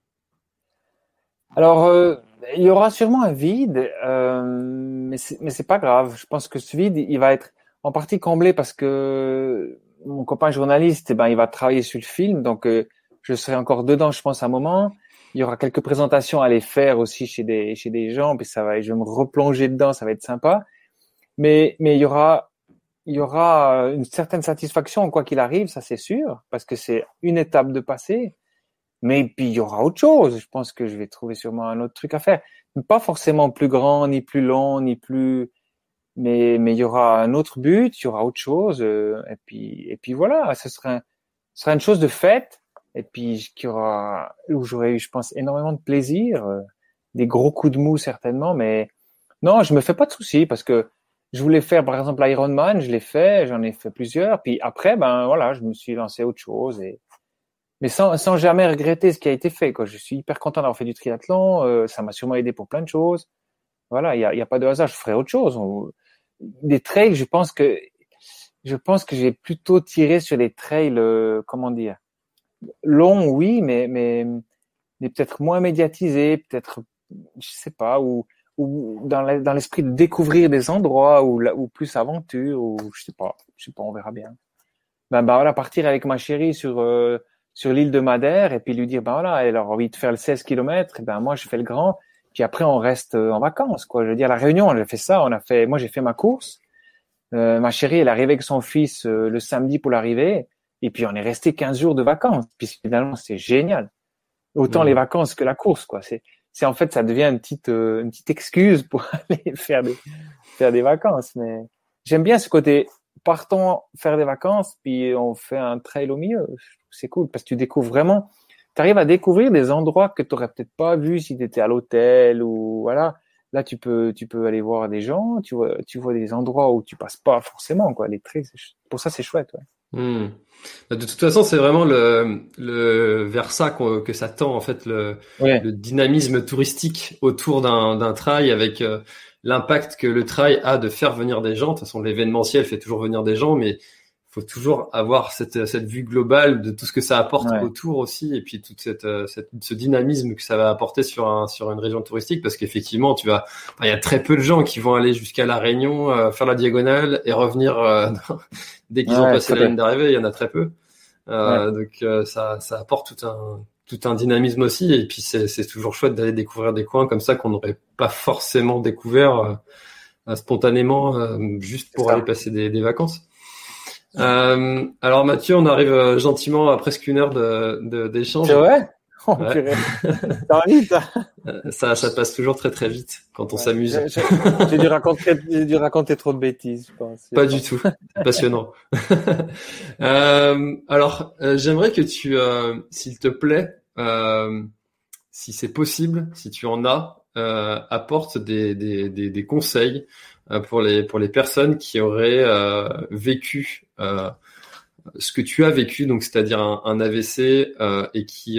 Alors, il y aura sûrement un vide, mais c'est pas grave. Je pense que ce vide, il va être en partie comblé parce que mon copain journaliste, eh ben, il va travailler sur le film, donc je serai encore dedans, je pense, à un moment. Il y aura quelques présentations à aller faire aussi chez des gens, puis je vais me replonger dedans, ça va être sympa. Mais il y aura une certaine satisfaction quoi qu'il arrive, ça c'est sûr, parce que c'est une étape de passer. Mais puis il y aura autre chose. Je pense que je vais trouver sûrement un autre truc à faire. Pas forcément plus grand, ni plus long, ni plus. Mais il y aura un autre but, il y aura autre chose. Et puis voilà, ce sera une chose de fête. Et puis où j'aurais eu, je pense, énormément de plaisir, des gros coups de mou certainement. Mais non, je me fais pas de soucis parce que je voulais faire par exemple l'Ironman, je l'ai fait, j'en ai fait plusieurs. Puis après, ben voilà, je me suis lancé à autre chose mais sans jamais regretter ce qui a été fait, quoi. Je suis hyper content d'avoir fait du triathlon. Ça m'a sûrement aidé pour plein de choses. Voilà, il y a pas de hasard. Je ferai autre chose. Des trails, je pense que j'ai plutôt tiré sur des trails, comment dire, longs, oui, mais peut-être moins médiatisés, peut-être, je sais pas, ou dans l'esprit de découvrir des endroits ou plus aventure, ou je sais pas, on verra bien. Ben voilà, partir avec ma chérie sur l'île de Madère et puis lui dire, ben voilà, elle a envie de faire le 16 km, et ben moi je fais le grand, puis après on reste en vacances, quoi. Je veux dire, la Réunion, on a fait ça, moi j'ai fait ma course, ma chérie, elle est arrivée avec son fils le samedi pour l'arrivée, et puis on est resté 15 jours de vacances, puis finalement c'est génial. Autant les vacances que la course, quoi. C'est en fait, ça devient une petite excuse pour aller faire des vacances, mais j'aime bien ce côté, partons faire des vacances, puis on fait un trail au milieu. C'est cool parce que tu découvres vraiment, tu arrives à découvrir des endroits que tu aurais peut-être pas vu si tu étais à l'hôtel ou voilà. Là, tu peux aller voir des gens, tu vois des endroits où tu passes pas forcément, quoi. Les trails, pour ça, c'est chouette, ouais. De toute façon, c'est vraiment le vers ça que ça tend en fait le dynamisme touristique autour d'un trail avec l'impact que le trail a de faire venir des gens. De toute façon, l'événementiel fait toujours venir des gens, mais faut toujours avoir cette vue globale de tout ce que ça apporte autour aussi, et puis toute ce dynamisme que ça va apporter sur une région touristique, parce qu'effectivement il y a très peu de gens qui vont aller jusqu'à La Réunion, faire la diagonale et revenir dès qu'ils ont passé la ligne d'arrivée. Il y en a très peu, donc ça apporte tout un dynamisme aussi, et puis c'est toujours chouette d'aller découvrir des coins comme ça qu'on n'aurait pas forcément découvert spontanément juste pour aller passer des vacances. Alors Mathieu, on arrive gentiment à presque 1 heure d'échange. C'est vrai? Ça passe toujours très très vite quand on s'amuse. J'ai dû raconter trop de bêtises, je pense. Pas du tout. C'est passionnant. Alors, j'aimerais que tu, s'il te plaît, si c'est possible, si tu en as, apporte des conseils pour les personnes qui auraient vécu ce que tu as vécu, donc c'est-à-dire un AVC, et qui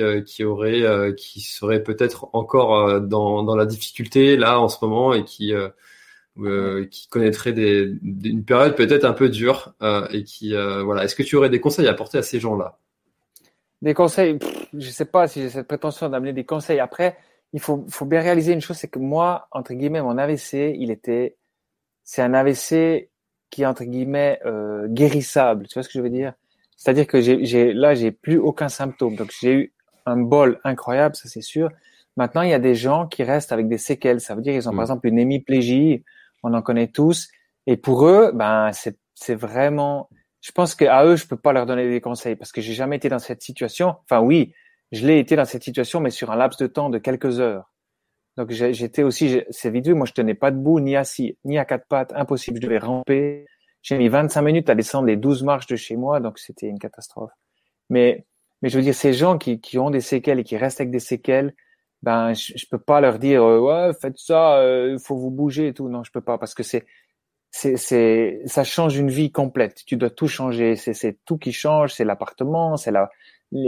serait peut-être encore dans la difficulté là en ce moment, et qui qui connaîtraient une période peut-être un peu dure et qui voilà. Est-ce que tu aurais des conseils à apporter à ces gens-là? Des conseils, je sais pas si j'ai cette prétention d'amener des conseils. Après, il faut bien réaliser une chose, c'est que moi, entre guillemets, mon AVC, c'est un AVC qui est entre guillemets guérissable. Tu vois ce que je veux dire? C'est-à-dire que j'ai plus aucun symptôme. Donc j'ai eu un bol incroyable, ça c'est sûr. Maintenant, il y a des gens qui restent avec des séquelles. Ça veut dire qu'ils ont par exemple une hémiplégie, on en connaît tous. Et pour eux, ben c'est vraiment. Je pense qu'à eux, je peux pas leur donner des conseils parce que j'ai jamais été dans cette situation. Enfin oui, je l'ai été dans cette situation, mais sur un laps de temps de quelques heures. Donc j'étais aussi, c'est vite vu, moi je tenais pas debout, ni assis, ni à quatre pattes, impossible, je devais ramper. J'ai mis 25 minutes à descendre les 12 marches de chez moi, donc c'était une catastrophe. Mais je veux dire, ces gens qui ont des séquelles et qui restent avec des séquelles, ben je peux pas leur dire ouais faites ça, faut vous bouger et tout. Non, je peux pas parce que ça change une vie complète. Tu dois tout changer. C'est tout qui change. C'est l'appartement, c'est la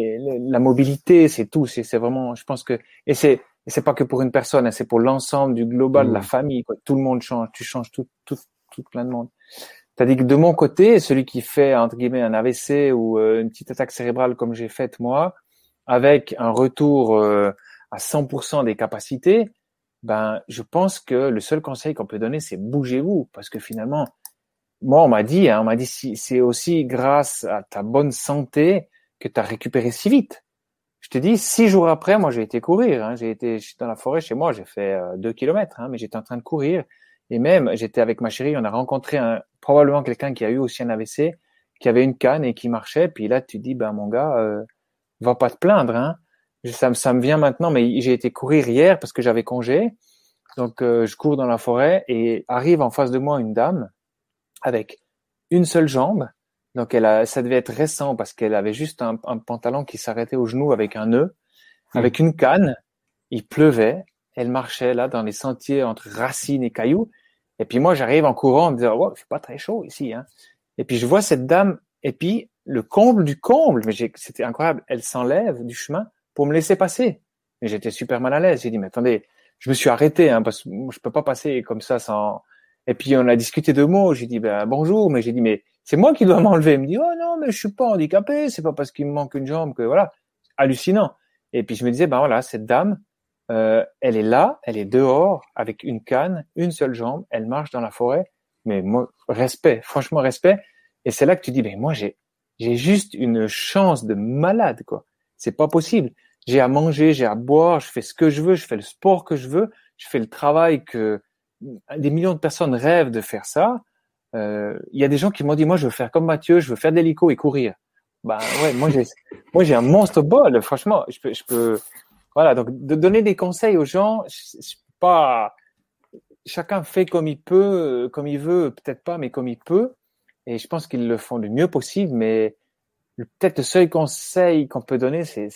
mobilité, c'est tout. C'est vraiment, je pense que et c'est pas que pour une personne, hein, c'est pour l'ensemble du global de la famille. Quoi. Tout le monde change. Tu changes tout plein de monde. C'est-à-dire que de mon côté, celui qui fait entre guillemets un AVC ou une petite attaque cérébrale comme j'ai faite moi, avec un retour à 100% des capacités, ben je pense que le seul conseil qu'on peut donner, c'est bougez-vous, parce que finalement, moi on m'a dit si c'est aussi grâce à ta bonne santé que tu as récupéré si vite. Je te dis, 6 jours après, moi j'ai été courir, hein, j'étais dans la forêt chez moi, j'ai fait 2 kilomètres, hein, mais j'étais en train de courir. Et même, j'étais avec ma chérie, on a rencontré probablement quelqu'un qui a eu aussi un AVC, qui avait une canne et qui marchait. Puis là, tu dis, ben mon gars, va pas te plaindre. Hein. Ça me vient maintenant, mais j'ai été courir hier parce que j'avais congé. Donc, je cours dans la forêt et arrive en face de moi une dame avec une seule jambe. Donc, ça devait être récent parce qu'elle avait juste un pantalon qui s'arrêtait au genou avec un nœud, avec une canne. Il pleuvait. Elle marchait là dans les sentiers entre racines et cailloux. Et puis moi, j'arrive en courant en me disant, ouais, c'est pas très chaud ici, hein. Et puis je vois cette dame, et puis le comble du comble, mais c'était incroyable. Elle s'enlève du chemin pour me laisser passer. Mais j'étais super mal à l'aise. J'ai dit, mais attendez, je me suis arrêté, hein, parce que je peux pas passer comme ça sans. Et puis on a discuté 2 mots. J'ai dit, ben bonjour, mais j'ai dit, mais c'est moi qui dois m'enlever. Elle me dit, oh non, mais je suis pas handicapé. C'est pas parce qu'il me manque une jambe que voilà, hallucinant. Et puis je me disais, ben voilà, cette dame. Elle est là, elle est dehors avec une canne, une seule jambe, elle marche dans la forêt. Mais moi, respect, franchement respect. Et c'est là que tu dis, mais moi j'ai juste une chance de malade, quoi. C'est pas possible. J'ai à manger, j'ai à boire, je fais ce que je veux, je fais le sport que je veux, je fais le travail que des millions de personnes rêvent de faire ça. Il y a des gens qui m'ont dit, moi je veux faire comme Mathieu, je veux faire de l'hélico et courir. Ben ouais, moi j'ai un monstre bol, franchement. Je peux. Voilà, donc de donner des conseils aux gens, pas. Chacun fait comme il peut, comme il veut, peut-être pas, mais comme il peut. Et je pense qu'ils le font du mieux possible. Mais peut-être le seul conseil qu'on peut donner, c'est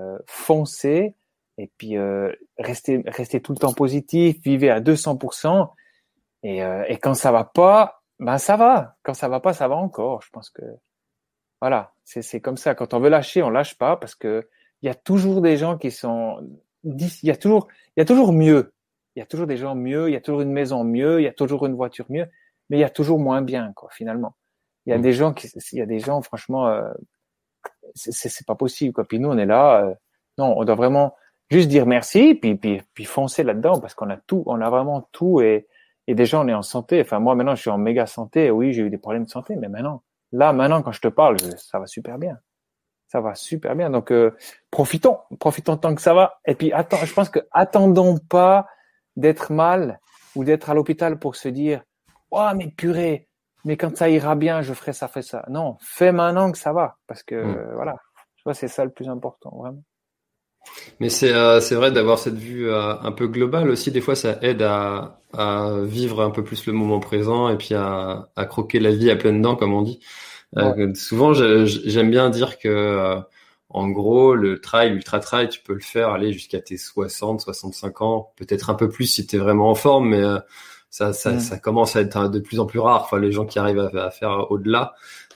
foncer et puis rester tout le temps positif, vivre à 200%. Et quand ça va pas, ben ça va. Quand ça va pas, ça va encore. Je pense que voilà, c'est comme ça. Quand on veut lâcher, on lâche pas parce que il y a toujours des gens qui sont, il y a toujours mieux. Il y a toujours des gens mieux, il y a toujours une maison mieux, il y a toujours une voiture mieux, mais il y a toujours moins bien, quoi, finalement. Il y a des gens, franchement, c'est pas possible, quoi. Puis nous, on est là, non, on doit vraiment juste dire merci, puis foncer là-dedans, parce qu'on a tout, on a vraiment tout, et déjà, on est en santé. Enfin, moi, maintenant, je suis en méga santé. Oui, j'ai eu des problèmes de santé, mais maintenant, quand je te parle, ça va super bien. Ça va super bien. Donc, profitons tant que ça va. Et puis, je pense que attendons pas d'être mal ou d'être à l'hôpital pour se dire, oh, mais purée, mais quand ça ira bien, je ferai ça. Non, fais maintenant que ça va. Parce que, voilà. Je vois, c'est ça le plus important, vraiment. Mais c'est vrai d'avoir cette vue un peu globale aussi. Des fois, ça aide à vivre un peu plus le moment présent et puis à croquer la vie à pleines dents, comme on dit. Ouais. Souvent, j'aime bien dire que, en gros, le trail, l'ultra trail, tu peux le faire aller jusqu'à tes 60, 65 ans, peut-être un peu plus si t'es vraiment en forme, mais ça commence à être de plus en plus rare. Enfin, les gens qui arrivent à faire au-delà,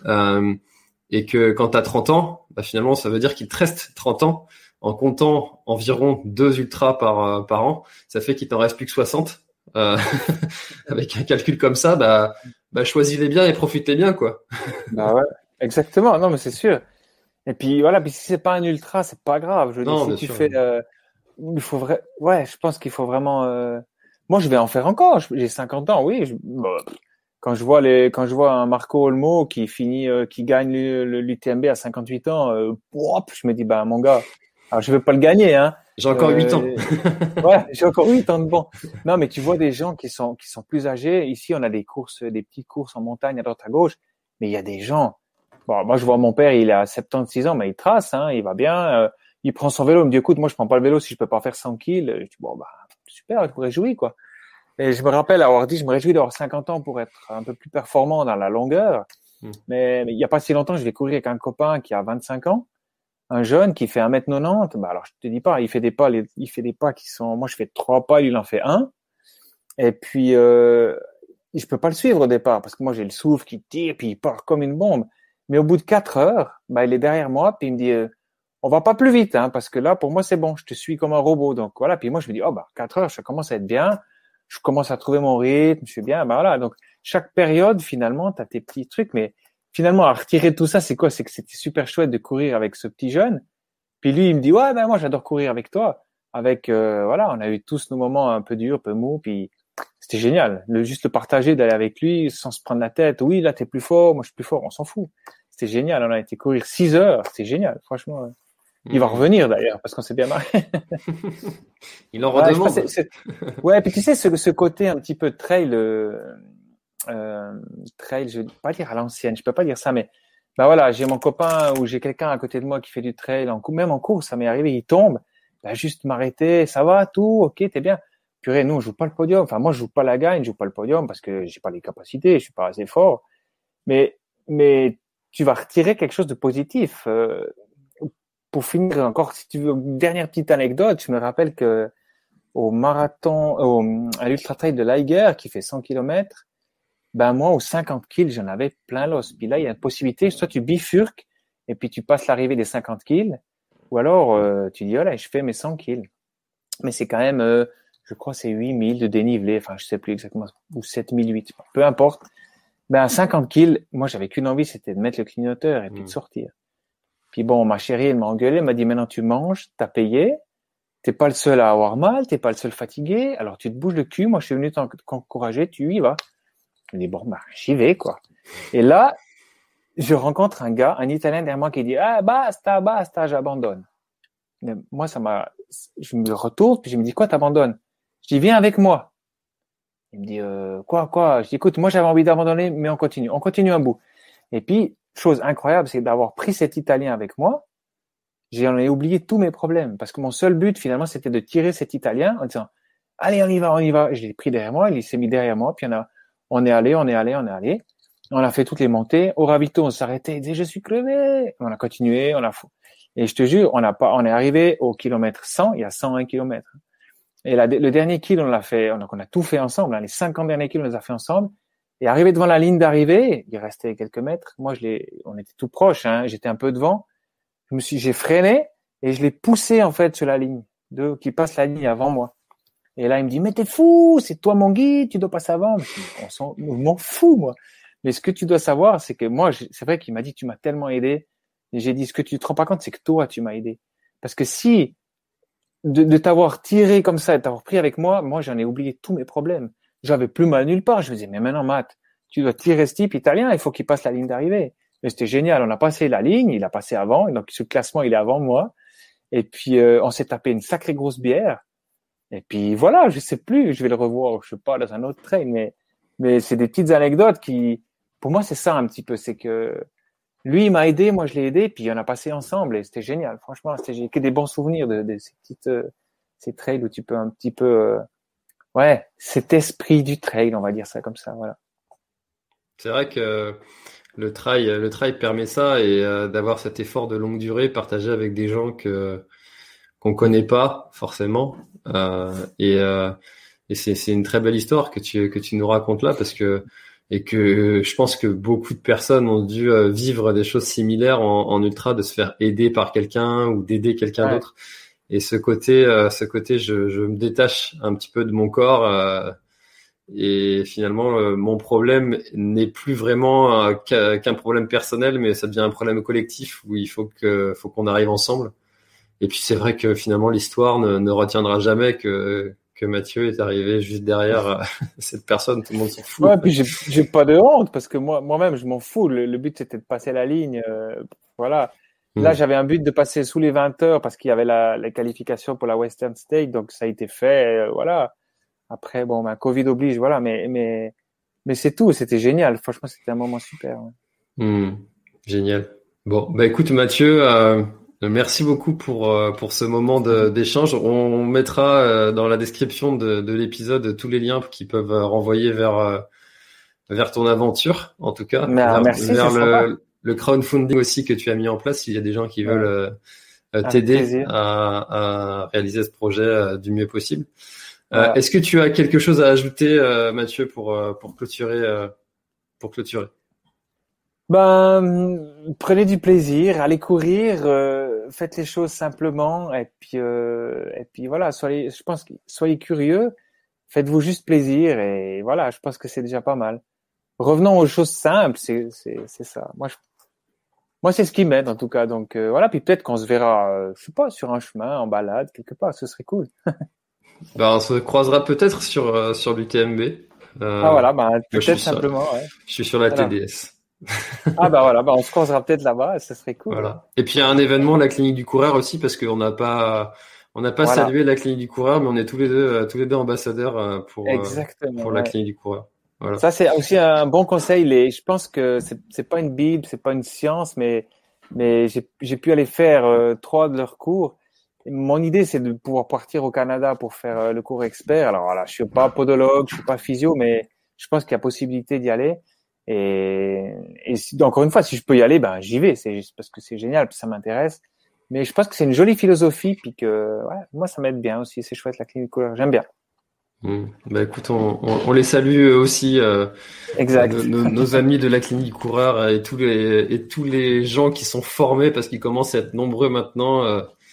et que quand t'as 30 ans, bah finalement, ça veut dire qu'il te reste 30 ans. En comptant environ 2 ultras par an, ça fait qu'il t'en reste plus que 60. avec un calcul comme ça, choisis-les bien et profite-les bien, quoi. Bah ouais, exactement. Non, mais c'est sûr. Et puis voilà, puis si c'est pas un ultra, c'est pas grave. Je veux dire, Non, si bien tu sûr. fais, ouais, je pense qu'il faut vraiment. Moi, je vais en faire encore. J'ai 50 ans, oui. Quand je vois un Marco Olmo qui finit, qui gagne l'UTMB à 58 ans, je me dis, bah mon gars, alors je vais pas le gagner, hein. J'ai encore 8 ans. Ouais, j'ai encore 8 ans de bon. Non, mais tu vois des gens qui sont plus âgés. Ici, on a des petites courses en montagne à droite à gauche, mais il y a des gens. Bon, moi, je vois mon père, il a 76 ans, mais il trace, hein, il va bien. Il prend son vélo, il me dit, écoute, moi, je prends pas le vélo si je peux pas faire 100 kills. Je dis, bon, bah, super, je me réjouis, quoi. Et je me rappelle avoir dit, je me réjouis d'avoir 50 ans pour être un peu plus performant dans la longueur. Mais il y a pas si longtemps, je vais courir avec un copain qui a 25 ans, un jeune qui fait 1m90. Bah, alors, je te dis pas, il fait des pas qui sont, moi, je fais 3 pas, lui, il en fait 1. Et puis, je peux pas le suivre au départ parce que moi, j'ai le souffle qui tire, puis il part comme une bombe. Mais au bout de 4 heures, bah, il est derrière moi, puis il me dit, on va pas plus vite, hein, parce que là, pour moi, c'est bon, je te suis comme un robot. Donc voilà. Puis moi, je me dis, 4 heures, ça commence à être bien. Je commence à trouver mon rythme, je suis bien. Bah voilà. Donc chaque période, finalement, t'as tes petits trucs. Mais finalement, à retirer tout ça, c'est quoi? C'est que c'était super chouette de courir avec ce petit jeune. Puis lui, il me dit, ouais, ben moi, j'adore courir avec toi. Voilà, on a eu tous nos moments un peu durs, un peu mous, puis c'était génial. Juste le partager, d'aller avec lui, sans se prendre la tête. Oui, là, t'es plus fort, moi, je suis plus fort, on s'en fout. C'était génial. On a été courir 6 heures, c'était génial, franchement. Il va revenir d'ailleurs, parce qu'on s'est bien marré. Il en redemande. Ouais, puis tu sais, ce côté un petit peu trail, trail, je vais pas dire à l'ancienne, je peux pas dire ça, mais bah voilà, j'ai mon copain ou j'ai quelqu'un à côté de moi qui fait du trail, même en course, ça m'est arrivé, il tombe, bah juste m'arrêter, ça va, tout, ok, t'es bien. Purée, nous, on joue pas le podium. Enfin, moi, je joue pas la gagne, je joue pas le podium parce que j'ai pas les capacités, je suis pas assez fort. Mais tu vas retirer quelque chose de positif. Pour finir encore, si tu veux, une dernière petite anecdote, je me rappelle que au marathon, à l'ultra trail de l'Eiger, qui fait 100 km, ben moi, aux 50 kills, j'en avais plein l'os. Puis là, il y a une possibilité, soit tu bifurques et puis tu passes l'arrivée des 50 kills, ou alors tu dis, oh là, je fais mes 100 kills. Mais c'est quand même, je crois, c'est 8000 de dénivelé, enfin, je sais plus exactement, ou 7008, peu importe. Ben à 50 kills, moi, j'avais qu'une envie, c'était de mettre le clignoteur et puis de sortir. Puis bon, ma chérie, elle m'a engueulé, elle m'a dit, maintenant tu manges, t'as payé, t'es pas le seul à avoir mal, t'es pas le seul fatigué, alors tu te bouges le cul, moi je suis venu t'encourager, tu y vas. Je me dis, bon, bah, j'y vais, quoi. Et là, je rencontre un gars, un Italien derrière moi qui dit, ah, basta, j'abandonne. Mais moi, je me retourne, puis je me dis, quoi, t'abandonnes? Je dis, viens avec moi. Il me dit, quoi? Je dis, écoute, moi j'avais envie d'abandonner, mais on continue un bout. Et puis, chose incroyable, c'est d'avoir pris cet Italien avec moi. J'en ai oublié tous mes problèmes parce que mon seul but finalement c'était de tirer cet Italien en disant allez on y va. Je l'ai pris derrière moi, il s'est mis derrière moi, puis on est allé. On a fait toutes les montées. Au ravito on s'arrêtait, il disait je suis crevé. On a continué, et je te jure on est arrivé au kilomètre 100, il y a 101 kilomètres. Et le dernier kill on l'a fait, on a tout fait ensemble. Les 50 derniers kills on les a fait ensemble. Et arrivé devant la ligne d'arrivée, il restait quelques mètres. Moi on était tout proche, hein, j'étais un peu devant. J'ai freiné et je l'ai poussé en fait sur la ligne, qui passe la ligne avant moi. Et là il me dit mais t'es fou, c'est toi mon guide, tu dois passer avant. Je m'en fous moi. Mais ce que tu dois savoir, c'est que moi, c'est vrai qu'il m'a dit tu m'as tellement aidé. Et j'ai dit ce que tu te rends pas compte, c'est que toi tu m'as aidé. Parce que si de t'avoir tiré comme ça et t'avoir pris avec moi, j'en ai oublié tous mes problèmes. J'avais plus mal nulle part. Je me disais mais maintenant Matt, tu dois tirer ce type italien, il faut qu'il passe la ligne d'arrivée. Mais c'était génial, on a passé la ligne, il a passé avant, et donc sur le classement il est avant moi. Et puis on s'est tapé une sacrée grosse bière. Et puis voilà, je sais plus, je vais le revoir, je sais pas, dans un autre train, mais c'est des petites anecdotes qui, pour moi c'est ça un petit peu, c'est que lui il m'a aidé, moi je l'ai aidé, puis on a passé ensemble et c'était génial. Franchement, j'ai que des bons souvenirs de ces petites ces trails où tu peux un petit peu cet esprit du trail, on va dire ça comme ça, voilà. C'est vrai que le trail permet ça et d'avoir cet effort de longue durée partagé avec des gens qu'on connaît pas forcément et c'est une très belle histoire que tu nous racontes là parce que je pense que beaucoup de personnes ont dû vivre des choses similaires en ultra, de se faire aider par quelqu'un ou d'aider quelqu'un d'autre. Et ce côté je me détache un petit peu de mon corps Et finalement, mon problème n'est plus vraiment qu'un problème personnel, mais ça devient un problème collectif où il faut qu'on arrive ensemble. Et puis c'est vrai que finalement l'histoire ne retiendra jamais que Mathieu est arrivé juste derrière cette personne. Tout le monde s'en fout. Ouais, puis j'ai pas de honte parce que moi-même je m'en fous. Le but c'était de passer la ligne. Voilà. Là j'avais un but de passer sous les 20 heures parce qu'il y avait la qualification pour la Western State, donc ça a été fait. Voilà. Après bon, Covid oblige. Voilà. Mais c'est tout. C'était génial. Franchement, c'était un moment super. Ouais. Génial. Bon, écoute Mathieu. Merci beaucoup pour ce moment d'échange. On mettra dans la description de l'épisode tous les liens qui peuvent renvoyer vers ton aventure, en tout cas, merci, vers le crowdfunding aussi que tu as mis en place. S'il y a des gens qui veulent t'aider à réaliser ce projet du mieux possible. Voilà. Est-ce que tu as quelque chose à ajouter, Mathieu, pour clôturer? Prenez du plaisir, allez courir, faites les choses simplement et puis voilà, soyez curieux, faites-vous juste plaisir et voilà, je pense que c'est déjà pas mal. Revenons aux choses simples, c'est ça. Moi c'est ce qui m'aide en tout cas, donc voilà, puis peut-être qu'on se verra, je sais pas, sur un chemin, en balade quelque part, ce serait cool. On se croisera peut-être sur l'UTMB. Voilà, peut-être simplement. Ouais. Je suis sur la TDS. On se croisera peut-être là-bas, ça serait cool. Voilà. Et puis il y a un événement, la clinique du coureur aussi, parce qu'on n'a pas salué la clinique du coureur, mais on est tous les deux ambassadeurs pour la clinique du coureur. Voilà. Ça c'est aussi un bon conseil. Je pense que c'est pas une bible, c'est pas une science, mais j'ai pu aller faire 3 de leurs cours. Et mon idée c'est de pouvoir partir au Canada pour faire le cours expert. Alors voilà, je suis pas podologue, je suis pas physio, mais je pense qu'il y a possibilité d'y aller. Et encore une fois, si je peux y aller, j'y vais. C'est juste parce que c'est génial, puis ça m'intéresse. Mais je pense que c'est une jolie philosophie, puis que moi ça m'aide bien aussi. C'est chouette la clinique coureur, j'aime bien. Écoute, on les salue aussi. Exact. Nos amis de la clinique coureur et tous les gens qui sont formés parce qu'ils commencent à être nombreux maintenant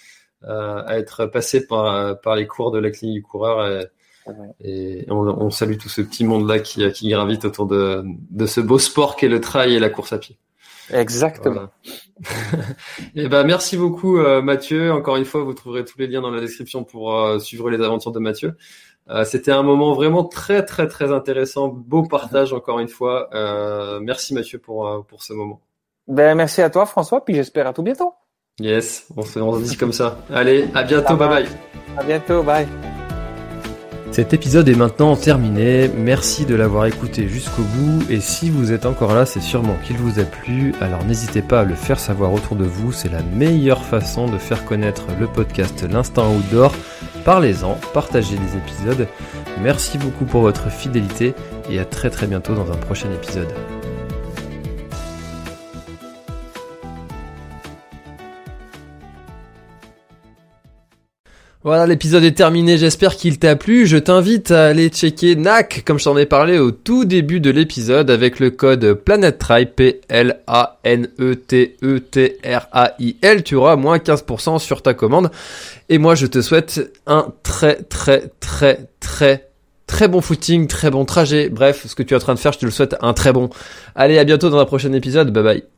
à être passés par les cours de la clinique coureur. Et on salue tout ce petit monde-là qui gravite autour de ce beau sport qu'est le trail et la course à pied. Exactement. Voilà. Et merci beaucoup Mathieu. Encore une fois, vous trouverez tous les liens dans la description pour suivre les aventures de Mathieu. C'était un moment vraiment très très très intéressant. Beau partage encore une fois. Merci Mathieu pour ce moment. Merci à toi François, puis j'espère à tout bientôt. Yes, on se dit comme ça. Allez, à bientôt, bye bye. À bientôt, bye. Cet épisode est maintenant terminé, merci de l'avoir écouté jusqu'au bout et si vous êtes encore là, c'est sûrement qu'il vous a plu, alors n'hésitez pas à le faire savoir autour de vous, c'est la meilleure façon de faire connaître le podcast L'Instinct Outdoor. Parlez-en, partagez les épisodes, merci beaucoup pour votre fidélité et à très très bientôt dans un prochain épisode. Voilà, l'épisode est terminé, j'espère qu'il t'a plu. Je t'invite à aller checker NAC, comme je t'en ai parlé au tout début de l'épisode, avec le code PlanetTrail, PLANETETRAIL. Tu auras moins 15% sur ta commande. Et moi, je te souhaite un très, très, très, très, très bon footing, très bon trajet. Bref, ce que tu es en train de faire, je te le souhaite un très bon. Allez, à bientôt dans un prochain épisode. Bye bye.